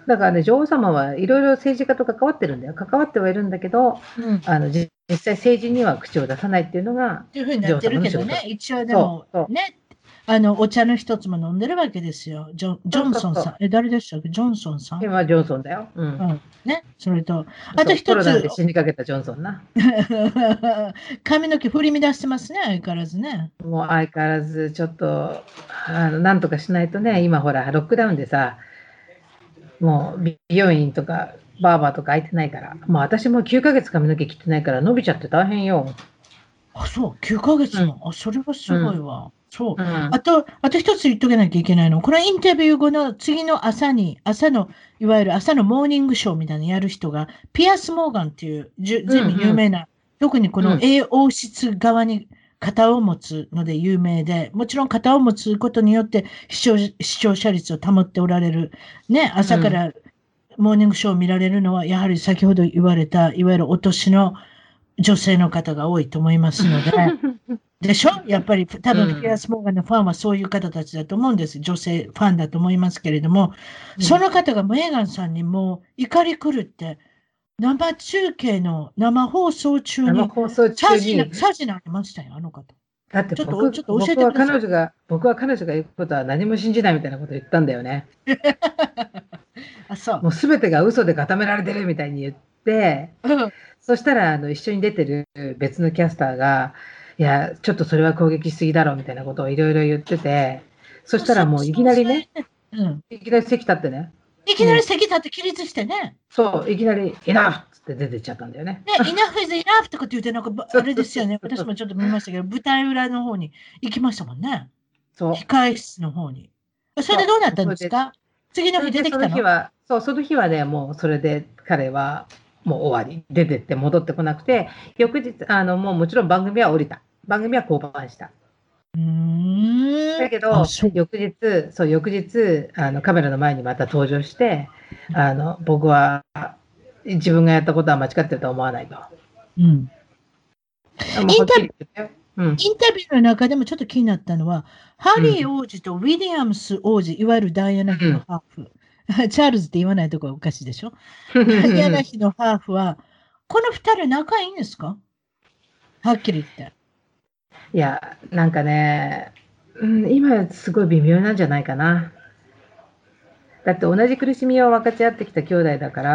だからね、女王様はいろいろ政治家と関わってるんだよ。関わってはいるんだけど、 うん。 あの実際政治には口を出さないっていうのがっていうふうにな女王ってる様の仕事。 けどね、一応でもそうそうね、あの、お茶の一つも飲んでるわけですよ。ジョン、ジそうそうそう。 ョンソンさん。え、誰でしたっけ？ジョンソンさん。 今ジョンソンだよ。うん。 うん。ね。それと、あとそう、コロナ一つ、 で死にかけたジョンソンな。 髪の毛振り乱してますね、相変わらずね。 もう相変わらずちょっと、あの、なんとかしないとね、今ほら、ロックダウンでさ、もう美容院とかバーバーとか空いてないから、もう私もきゅうかげつ髪の毛切ってないから伸びちゃって大変よ。 あ、そう、きゅうかげつうん、 も。あ、それはすうん、 ごいわ。そう。 うん、 あと、あと一つ言っとかなきゃいけないの。これインタビュー後の次の朝に、朝の、いわゆる朝のモーニングショーみたいなのやる人が、ピアス・モーガンっていうじゅうん、 随分有うん、 名な、特にこのうん、 英王室側に肩を持つので有名で、もちろん肩を持つことによって視聴視聴者率を保っておられる、ね、 うん、 朝からモーニングショーを見られるのは、やはり先ほど言われた、いわゆるお年の女性の方が多いと思いますので、でしょやっぱり多分、ピアうん、 ス・モーガンのファンはそういう方たちだと思うんです。女性ファンだと思いますけれども、 うん。 その方がメーガンさんにもう怒り狂って、生中継の生放送中生に、 放送サジな、 中に、 サジなりましたよ、あの方。 だってちょっと、ち僕、 ょっと教え僕はてください。 彼女が、僕は彼女が言うことは何も信じないみたいなこと言ったんだよね。 あ、そう。 もうすべてが嘘で固められてるみたいに言って、 うん。 そしたらあの一緒に出てる別のキャスターが、いや、ちょっとそれは攻撃しすぎだろうみたいなことをいろいろ言ってて、そしたらそうもういそう、 きなりね、 そう言って。うん。 いきなり席立ってね、 いきなりも席立って起立してね。 う、そう、いきなり、イナフっつって出てっちゃったんだよね。 ね、enough is enough とかって言って、なんかば、あそうそうそうれですよね。 そう。 私もちょっと見ましたけど、舞台裏の方に行きましたもんね。 そう、 控室の方に。それでそどうなっう。それで、 たんですか？次の日出それでそのてきたの？ 日は、そう、その日はね、もうそれで彼はもう終わり。出てって戻ってこなくて、翌日、あの、もうもちろん番組は降りた。番組は降板した。 うーん。あ、 だけど、 そう。 翌日、そう、翌日、あの、カメラの前にまた登場して、あの、僕は自分がやったことは間違ってるとは思わないと。 うん。 あ、もうはっきインタビュー、 り言ったよ。うん。 インタビューの中でもちょっと気になったのは、ハうん。 リー王子とウィリアムス王子、いわゆるダイアナ妃のうん。 ハーフ。チャールズって言わないところおかしいでしょ？ダイアナ妃のハーフは、この二人仲いいんですか？はっきり言って。 いや、なんかね、うん、今すごい微妙なんじゃないかな。だって同じ苦しみを分かち合ってきた兄弟だから、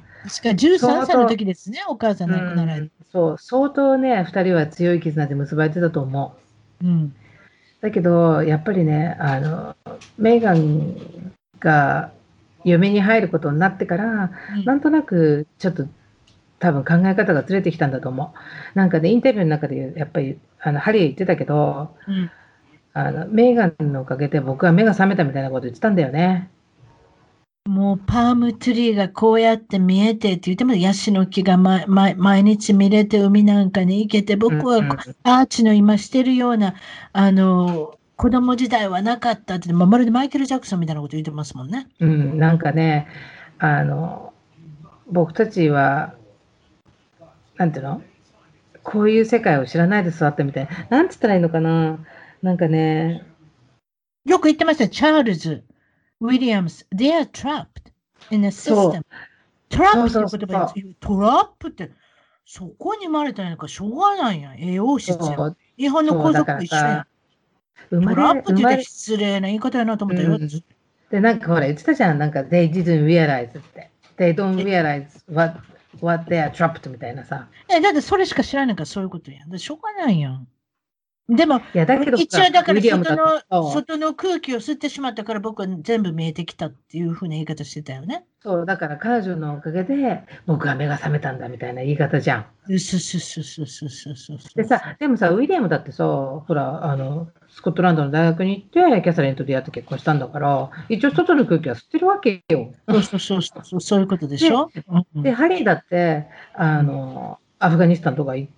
確かじゅうさんさいの相当、 時ですね、お母さんう亡くなられた。 ん、そう、相当ね、二人は強い絆で結ばれてたと思う。 うん。 だけど、やっぱりね、あの、メーガンが嫁に入ることになってから、 うん。 なんとなくちょっと多分考え方がずれてきたんだと思う。なんかね、インタビューの中でやっぱり、あの、ハリー言ってたけど、 うん。 あの、メーガンのおかげで僕は目が覚めたみたいなこと言ってたんだよね。 もうパームツリーがこうやって見えてって言っても、ヤシの木が、ま、ま、毎日見れて海なんかに行けて、僕はうん、 アーチの今してるような、あの、子供時代はなかったって、まあ、まるでマイケル・ジャクソンみたいなこと言ってますもんね。 うん、なんかね、あの、僕たちは、なんていうのこういう世界を知らないで育ったみたいな。なんつったらいいのかな。なんかね、 よく言ってました、チャールズ、ウィリアムス、they are trapped in a そ system. う、 トラップってそうそういう言葉に、 そう、 トラップって、そこに生まれたんやからしょうがないやん。栄養そ失やん。 う、 日本のそう、 皇だ族も一緒やん。 からさ、生まトラッれ、 プって言ったら生まれ、 失礼な言い方やなと思ったよ。 うん。で、なんかほら言ってたじゃん。なんか、they didn't realize って。they don't え、 realize what, what they are trapped みたいなさ。 えだってそれしか知らないからそういうことやん。でしょうがないやん。でも、 いや、だけどほら、 一応だからウィリアムだって外の、 そう、 外の空気を吸ってしまったから僕は全部見えてきたっていうふうな言い方してたよね。 そう、だから彼女のおかげで僕は目が覚めたんだみたいな言い方じゃん。 そうそうそうそうそうそうそうそうそう。 でさ、でもさ、ウィリアムだってさ、ほら、あの、スコットランドの大学に行って、キャサリンと出会って結婚したんだから、一応外の空気は吸ってるわけよ。 そうそうそうそう、そういうことでしで、 ょ？うんうで、 んハリーだって、あうん。 の、アフガニスタンとか行って、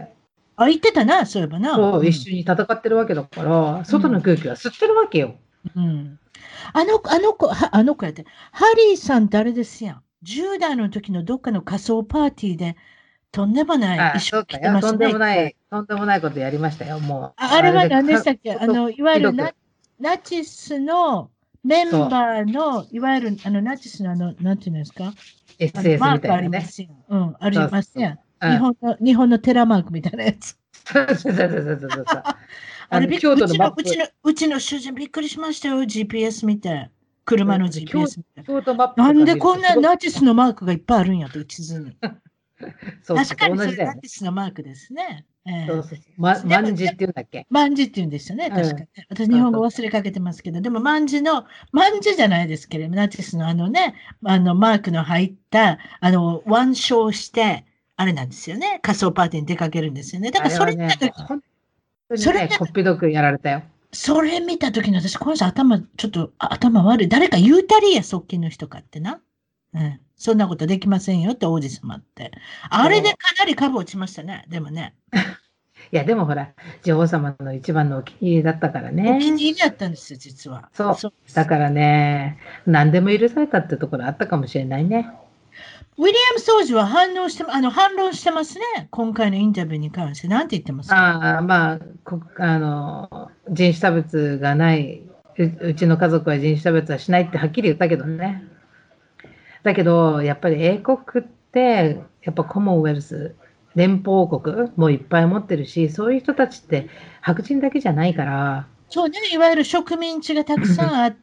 あ、言ってたな、そういえばな。 そう、 うん。 一緒に戦ってるわけだから、外のうん。 空気は吸ってるわけよ。 うん。あの、あの子、はあの子やって、ハリーさんってあれですやん。じゅう代の時のどっかの仮装パーティーで、とんでもない衣ああ、 装着そうだよ。とんでてましたね、一回。 もない、とんでもないことやりましたよ。もう、 あ、あれあれは何でしでか、 たっけ？あことの、いわゆるナ、 ひどく。 ナチスのメンバーの、いわゆるあのナチスのあの、なんていうんですか、 エスエスマークあみたいなね。 りますやん。うん、ありますやん。 うん、 日本の、日本のテラマークみたいなやつ。 そうそうそうそうそうそう。 あれびっ、 あの京うちの、 都のマップ、 うちの、うちの主人びっくりしましたよ、ジーピーエス 見て。車の京ジーピーエス 見て。 京都マップなんとか見るでこんなとすごい、 ナチスのマークがいっぱいあるんやと、地図に。 そうそうそう、 確かにそれ同じだよね。 ナチスのマークですね。ええ、 そうそうそう。ま、 でも、 万字って言うんだっけ？ 万字って言うんですよね、 うん。 確かに。私、日そうそう。 本語忘れかけてますけど、でも万字の、万字じゃないですけれども、ナチスのあのね、あのマークの入った、あの、腕章して、あれなんですよね、仮装パーティーに出かけるんですよね。だからそれあれはね、 見たとき、 本当にね、 それね、 こっぴどくやられたよ。 それ見たときに私、この人頭、ちょっとあ頭悪い。誰か言うたりや、側近の人かってな。うん。そんなことできませんよって王子様って。あれでそかなり株落ちましたね、でもね。 う。いや、でもほら、女王様の一番のお気に入りだったからね。 お気に入りだったんですよ、実は。 そう。 そうです。 だからね、何でも許されたってところあったかもしれないね。 ウィリアム皇太子は反応して、あの、反論してますね。今回のインタビューに関して。なんて言ってますか？ ああ、まあ、こあの、人種差別がない、う、うちの家族は人種差別はしないってはっきり言ったけどね。だけど、やっぱり英国って、やっぱコモンウェルス、連邦王国もいっぱい持ってるし、そういう人たちって白人だけじゃないから、 そうね、いわゆる植民地がたくさんあって、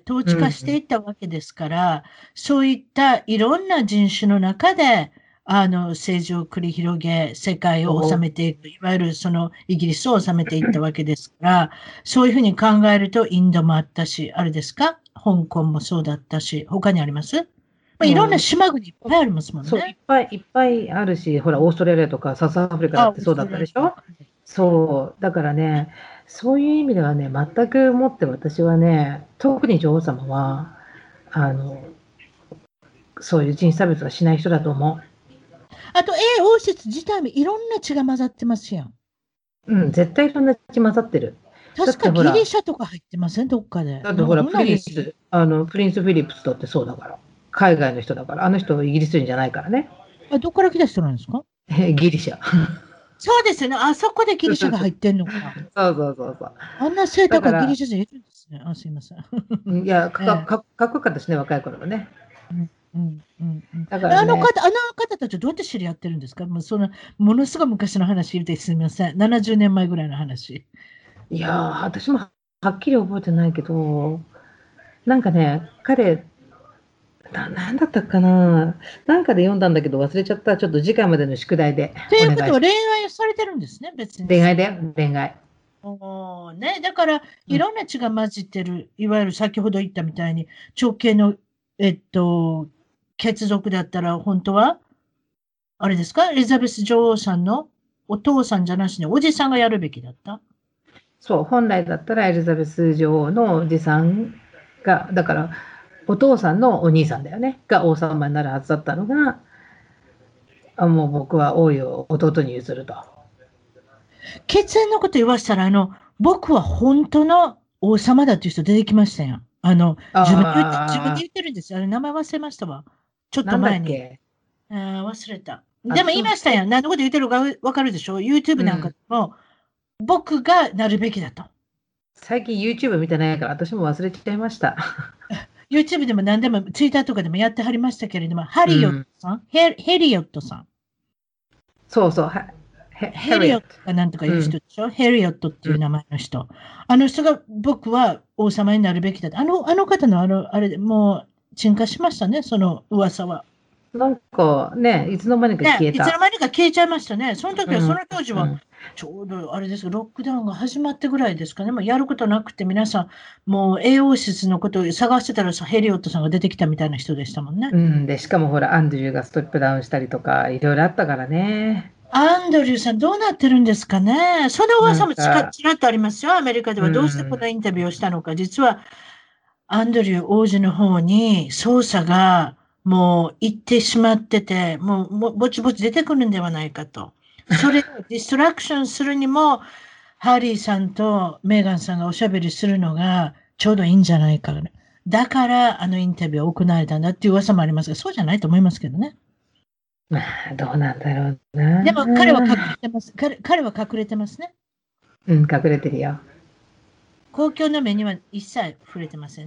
統う治化していん、 ったわけですから、そういったいろんな人種の中で、あの、政治を繰り広げ、世界を治そめていく、いわゆるそのイギリスを治めていったわけですから、そういうふうに考えると、インドもあったし、あれですか、香港もそうだったし、他にあります？まあ、 う、 いろんなも島国いっぱいありますもう、そう、いんね。 っぱいいっぱいあるし、ほら、オーストラリアとかサウスアフリカだあ、オってそうだーストラリア。 ったでしょ？そう、だからね、そういう意味ではね、全くもって私はね、特に女王様は、あの、そういう人種差別はしない人だと思あと、英王室自体もいろんな血が混ざってますやん。 う。うん、絶対いろんな血混ざってる。だっ確かてほら、 ギリシャとか入ってません？どっかで。なんかだってほら、プそんなんですよ。 リンス、あの、プリンス・フィリップスだってそうだから。海外の人だから。あの人、イギリス人じゃないからね。 あ、どっから来た人なんですか？ えギリシャ。 そうですよね。あそこでギリシャが入ってんのか。 そうそうそうそう。 あんな背高いギリだから、 シャ人いるんですね。あ、すいません。 いや、かかええ、 かかっこよかったしね、若い頃はね。 うんうんうんうん。 だからね、 あの方、あの方たちはどうやって知り合ってるんですか？もうその、ものすごい昔の話言うてすみません。ななじゅうねんまえぐらいの話。 いやー、私もはっきり覚えてないけど、なんかね、彼、ななんだったかな、なんかで読んだんだけど忘れちゃった。ちょっと次回までの宿題でということはお願いします。 恋愛をされてるんですね、別に。 恋愛だよ、恋愛。 おーね、だから、 うん、 いろんな血が混じってる、いわゆる先ほど言ったみたいに、直系の、えっと、血族だったら、本当は、あれですか、エリザベス女王さんのお父さんじゃなしに、おじさんがやるべきだった。 そう、本来だったらエリザベス女王のおじさんが、だからお父さんのお兄さんだよね、が王様になるはずだったのが、あ、もう僕は王位を弟に譲ると。 血縁のこと言わしたら、あの、僕は本当の王様だっていう人出てきましたよ。あの、自分で言って、自分でああ、 言ってるんですよ。あれ、名前忘れましたわ。ちょっなんだと前に。 っけ。 あー忘れた。でも言私も、 いましたやん。何のこと言ってるかわかるでしょ？ YouTube なんかでうん。 も、僕がなるべきだと。 最近 YouTube 見てないから私も忘れちゃいました。 YouTube でも何でも、Twitter とかでもやってはりましたけれども、ハリオットうん。 さん、ヘヘリオットさん、 そうそう、はヘヘヘリオットリオット。 かなんとかいう人うん。 でしょ？ヘリオットってうん。 いう名前の人。あの人が僕は王様になるべきだと。あの、あの方のあの、あれ、もう沈下しましたね、その噂は。 なんかね、いつの間にかね、 消えた。 いつの間にか消えちゃいましたね。その時は、そうん。 の当時は、 うん。 ちょうどあれですロックダウンが始まってぐらいですかね。まあ、やることなくて、皆さん、もう栄養室のことを探してたらさ、ヘリオットさんが出てきたみたいな人でしたもんね。 うん、で、しかもほら、アンドリューがストップダウンしたりとか、いろいろあったからね。 アンドリューさん、どうなってるんですかね。そのなん噂もちかか、 ちらっとありますよ。アメリカでうはどうしてこのん、 インタビューをしたのか。実は、アンドリュー王子の方に捜査がもう行ってしまってて、もうもぼちぼち出てくるんではないかと。それをディストラクションするにも、ハリーさんとメーガンさんがおしゃべりするのがちょうどいいんじゃないか。だから、あのインタビューを行われたんだっていう噂もありますが、そうじゃないと思いますけどね。 まあ、どうなんだろうでも彼は隠な。 れてます。彼彼は隠れてますね。 うん、隠れてるよ。 公共の目には一切触れてませんね。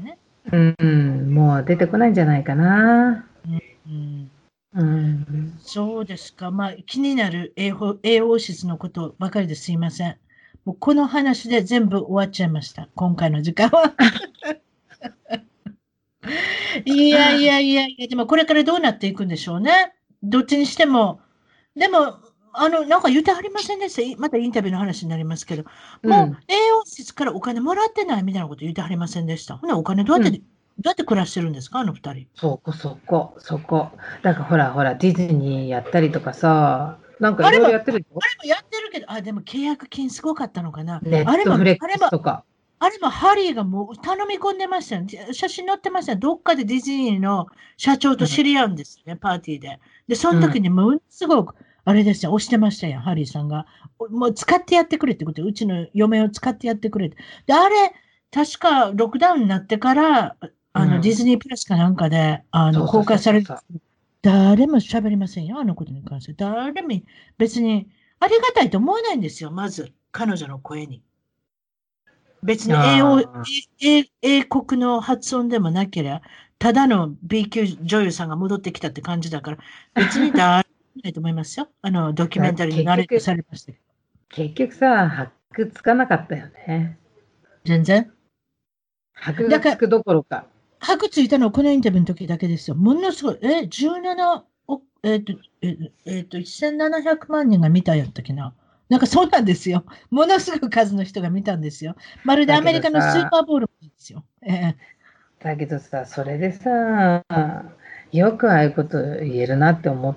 うん、もう出てこないんじゃないかな。 うん、 うん。 そうですか。まあ、気になる栄養栄養失のことばかりですいません。もうこの話で全部終わっちゃいました。今回の時間は。いやいやいやいや、でもこれからどうなっていくんでしょうね。どっちにしても。でも、あの、なんか言ってはりませんでした。いまたインタビューの話になりますけど、もううん。 栄養室からお金もらってないみたいなこと言ってはりませんでした。ほな、お金どうやって、どうん。 うやって暮らしてるんですか、あの二人。 そこそこ、そこ。だからほらほら、ディズニーやったりとかさ、なんかいろいろあれも、あやってるでしょ。 れもやってるけど、あ、でも契約金すごかったのかな。 ネッあれも、 トフレックあれも、 スとか。 あれもハリーがもう頼み込んでましたよね。写真載ってましたよ。どっかでディズニーの社長うん。 と知り合うんですよね、パーティーで。で、そうん。 の時にものすごく、あれですよ、押してましたよ、ハリーさんが。もう使ってやってくれってことで、うちの嫁を使ってやってくれって。で、あれ、確かロックダウンになってから、あの、ディうん。 ズニープラスかなんかで、あの、 そうそう公開される。 そうそうそう。 誰も喋りませんよ、あのことに関して。誰も、別に、ありがたいと思わないんですよ、まず、彼女の声に。別に英語、 あ英英国の発音でもなければ、ただの B 級女優さんが戻ってきたって感じだから、別にあ。 誰もいないと思いますよ。あの、ドキュメだンタリーのナレート結局、 されましたけど。 結局さ、箔つかなかったよね。 全然。 箔がだから、 つくどころか。 箔ついたのはこのインタビューの時だけですよ。ものすごい、え、じゅうななお、えっと、ええっと、せんななひゃくまん人が見たやったっけな。なんかそうなんですよ。ものすごい数の人が見たんですよ。まるでアだけどメリカのスーさ、 パーボールですよ。ええ、 だけどさ、それでさ、よくああいうこと言えるなって思った。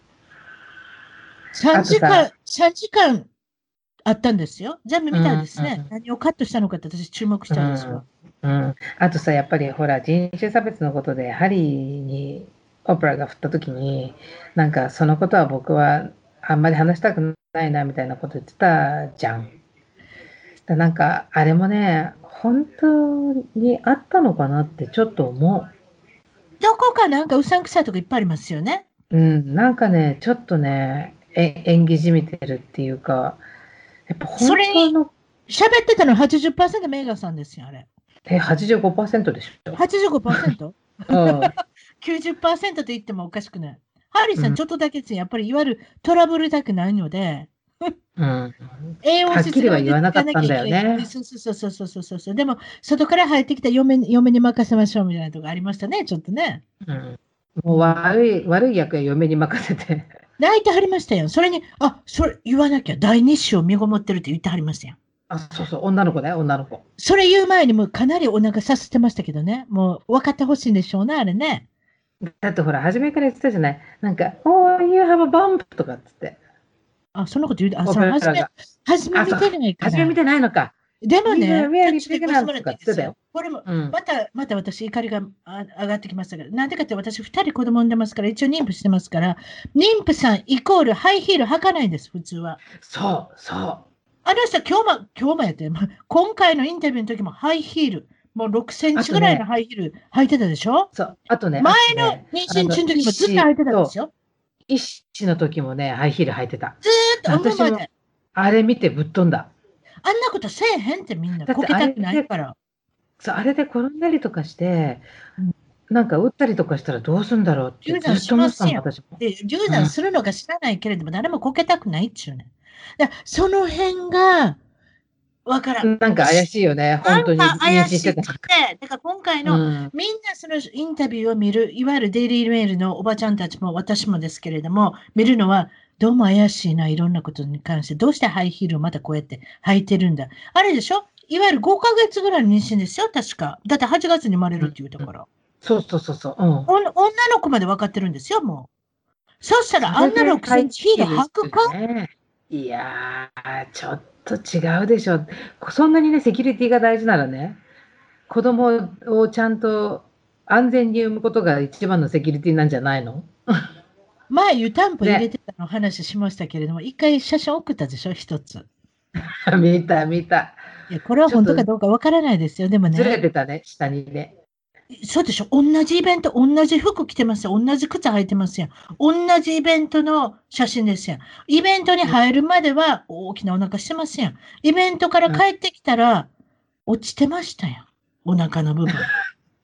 3 あとさ、 時間、さんじかんあったんですよ。全部見たいうん、 ですね。何をカットしたのかって私注目しうたいですわ。 ん、うん。あとさ、やっぱりほら、人種差別のことで、ハリーにオプラが振った時に、なんかそのことは僕はあんまり話したくないなみたいなこと言ってたじゃん。だなんか、あれもね、本当にあったのかなってちょっと思どこかなんかうさんくさいとこいっぱいありますよね。 う。うん、なんかね、ちょっとね、え演技じみてるっていうか、やっぱそれに本当の、 喋ってたのはちじゅっパーセントメーガンさんですよ、あれ。 え、はちじゅうごパーセントでしょ。 はちじゅうごパーセント？ うん、 きゅうじゅっパーセント と言ってもおかしくない。ハリーさん、 うん、 ちょっとだけですね、やっぱりいわゆるトラブルたくないので、 うん。 栄養はっきりは失が出てい言わなかかなきゃいったんだよけない。 ね。 そうそうそうそうそうそうそう。でも、外から入ってきた嫁に嫁に任せましょうみたいなとこありましたね、ちょっとね。 うん。もううん。 悪い、悪い役は嫁に任せて。 泣いてはりましたよ。それに、あ、それ言わなきゃ、第二子を身ごもってるって言ってはりましたよ。 あ、そうそう、女の子だよ、女の子。 それ言う前にもうかなりお腹させてましたけどね。もう分かってほしいんでしょうね、あれね。 だってほら、初めから言ってたじゃない。なんか、Oh, you have a bump とかっつって、 あ、そんなこと言う、あ、 オその、初め、 ペラが。あ、そう、 初め見てないから。 初め見てないのか。 でも You are ね、ちょっ really と言わせても pregnant とらっかっつってたよ。 ていいですよ。これも、 うん。 また、また私、怒りがあ上がってきましたけど、なんでかって私、二人子供産んでますから、一応妊婦してますから、妊婦さんイコールハイヒール履かないんです、普通は。 そう、そあの人、今日も、今日もやって、今回のインタビューの時もハイヒール、もうろくセンう。あチぐらいのとね、 ハイヒール履いてたでしょ。 そう、あとね、 前あとね、 の妊あの、 娠中の時医もずっと履い師と、 てたんですよ。 医師の時もね、ハイヒール履いてた。 ずーっと産む私も、 まで。 あれ見てぶっ飛んだ。 あんなことせえへんってみんな、 だってあこけたくないれで、 から。 そう、あれで転んだりとかして、 うん、 なんか打ったりとかしたらどうすんだろうって流産ずっと思ってたもん、 しますやん。 私も。 で、流うん。 産するのか知らないけれども、誰もこけたくないっちゅうねん。だからその辺が、わからん。 なんか怪しいよね、 なん本当にか妊娠し怪しくて、 てたのか。 だから今回うのん。 みんなそのインタビューを見る、いわゆるデイリーメールのおばちゃんたちも私もですけれども、見るのはどうも怪しいな、いろんなことに関して、どうしてハイヒールをまたこうやって履いてるんだ。あれでしょ、いわゆるごかげつぐらいの妊娠ですよ、確か。だってはちがつに生まれるって言うたうん、 から。 そうそうそうそう。うん。 おん女の子まで分かってるんですよ、もう。そしたらあんなそれで 6セハインチヒールヒール履くか。 ね。いやー、ちょっと違うでしょ。そんなにね、セキュリティが大事ならね、子供をちゃんと安全に産むことが一番のセキュリティなんじゃないの？ 前湯たんぽ入れね。 てたの話しましたけれども、一回写真送ったでしょ、一つ。 見た見た。 いや、これはちょっと本当かどうかわからないですよ。でもずれね、 てたね、下にね。 そうでしょ。同じイベント、同じ服着てますよ。同じ靴履いてますよ。同じイベントの写真ですよ。イベントにうん入るまでは大きなお腹してますやん。イベントからうん。 帰ってきたら落ちてましたやん。お腹の部分。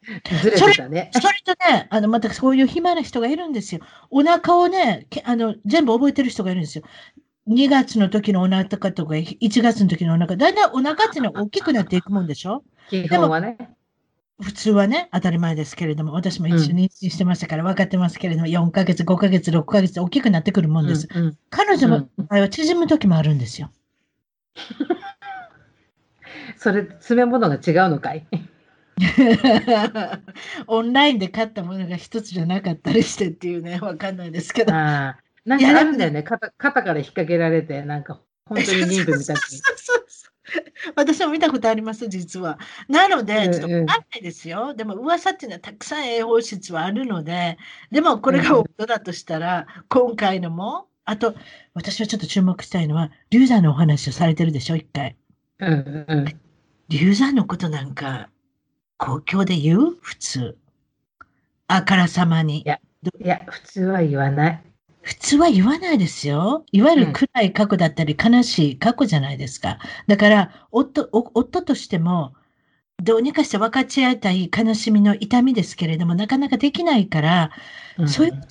ずれそれ、 てたね。 それとね、あの、またそういう暇な人がいるんですよ。お腹をね、けあの、全部覚えてる人がいるんですよ。にがつの時のお腹とか、いちがつの時のお腹、だいたいお腹っていうのは大きくなっていくもんでしょ。 基でも、 本はね。 普通はね、当たり前ですけれども、私もうん。 一緒に妊娠してましたから分かってますけれども、よんかげつ、ごかげつ、ろっかげつ、大きくなってくるもんです。 うん。うん。 彼女のうん。 場合は縮む時もあるんですよ。 それ、詰め物が違うのかい？ オンラインで買ったものが一つじゃなかったりしてっていうね、わかんないですけど。 ああ、なんいや、でもね、 かあるんだよね。肩肩から引っ掛けられて、なんかそう本当に妊婦そうみたいに。 そうそうそう。私も見たことあります、実は。なのうんで、ちょっとわうん。 かんないですよ。でも噂っていうのはたくさん栄養失はあるので、でもこれが本うんうん。 当だとしたら、今回のも、あと、私はちょっと注目したいのは、流産のお話をされてるでしょ、一回。 うんうん。 流産のことなんか、公共で言う普通。あからさまに。 いや、いや、普通は言わない。 普通は言わないですよ。いわゆるうん。 暗い過去だったり悲しい過去じゃないですか。だから、夫、お夫としても、どうにかして分かち合いたい悲しみの痛みですけれども、なかなかできないから、 うん。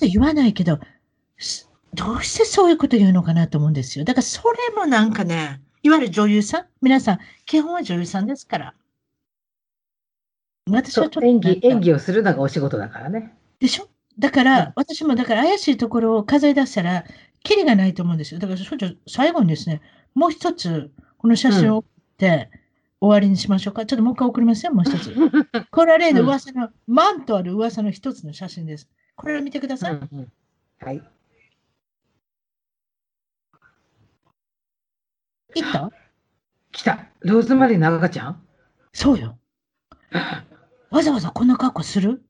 そういうこと言わないけど、すどうしてそういうこと言うのかなと思うんですよ。だからそれもなんかね、いわゆる女優さん、皆さん、基本は女優さんですから。私そう、 はちょっと演技演なんか、 技をするのがお仕事だからね。 でしょ。だから、 うん。 私もだから怪しいところを数え出したら、キリがないと思うんですよ。だから、所長、最後にですね、もう一つ、この写うん。 真を送って終わりにしましょうか。ちょっともう一回送りますよ、もう一つ。これは例うん。 の噂の、マンとある噂の一つの写真です。これを見てください。 うんうん。はい。 いった来た。ローズマリーの赤ちゃん？ そうよ。わざわざこんな格好する。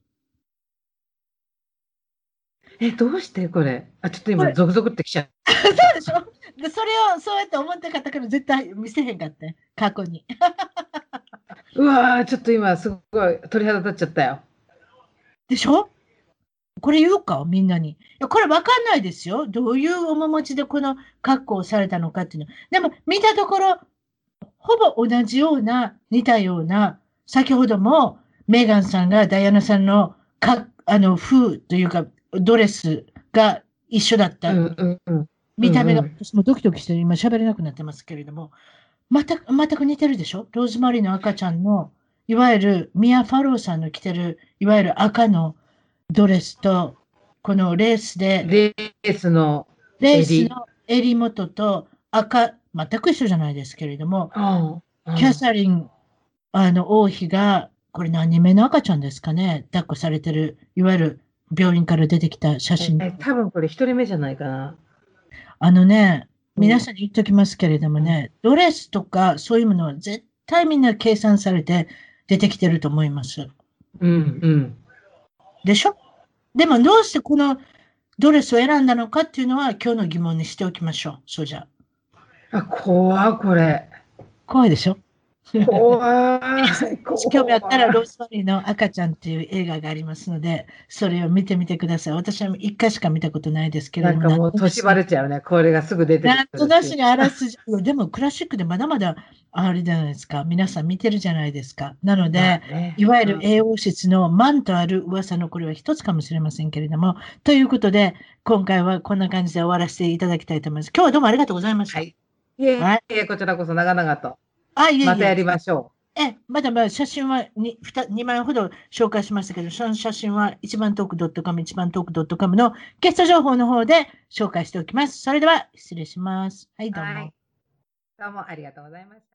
え、どうしてこれ？あ、ちょっと今これ、 ゾクゾクってきちゃそうった。 でしょ。で、それをそうやって思って方から絶対見せへんかって、過去に。 うわー、ちょっと今すごい鳥肌立っちゃったよ。 でしょ。これ言うか、みんなに。いや、これわかんないですよ。どういう面持ちでこの格好をされたのかっていうの。でも、見たところ、ほぼ同じような、似たような、先ほどもメーガンさんがダイアナさんのか、あの、風というか、ドレスが一緒だった。 うんうんうん。う見た目が、 んうん。 私もドキドキして今喋れなくなってますけれども、全く、全く似てるでしょ。ローズマリーの赤ちゃんの、いわゆるミア・ファローさんの着てる、いわゆる赤のドレスと、このレースで、 レースのレース襟。 の襟元と赤、全く一緒じゃないですけれども、 うん、うキャん。 サリン、あの、王妃が、これ何人目の赤ちゃんですかね、抱っこされてる、いわゆる病院から出てきた写真。 え、多分これ一人目じゃないかな。 あのね、 うん、 皆さんに言っときますけれどもうん、 ね、ドレスとかそういうものは絶対みんな計算されて出てきてると思います。 うん、うん。 でしょ。でもどうしてこのドレスを選んだのかっていうのは今日の疑問にしておきましょう。そうじゃ。 あ、怖い、これ。 怖いでしょ。 怖い、 もし興味あったら、ロー怖い。 ズマリーの赤ちゃんっていう映画がありますので、それを見てみてください。私は一回しか見たことないですけれども、 なんかなんもう年となしに、 バレちゃうね。これがすぐ出てくなんとるっていう。 なしにあらすじ、でもクラシックでまだまだあれじゃないですか。皆さん見てるじゃないですか。なので、 まあね。 いわゆうん。 る栄養失のマンとある噂のこれは一つかもしれませんけれども、ということで、今回はこんな感じで終わらせていただきたいと思います。今日はどうもありがとうございました。 はい。いえはい。 いえ、こちらこそ長々と。 あ、いえいえ。 またやりましょえ、まだまだ写真は に, にまいほど紹介しましたけど、その写真は一番トーク .com、一番トーク .com のゲスト情報の方で紹介しておきます。それでは失礼します。はい、 う。 どうも。 はい。どうもありがとうございました。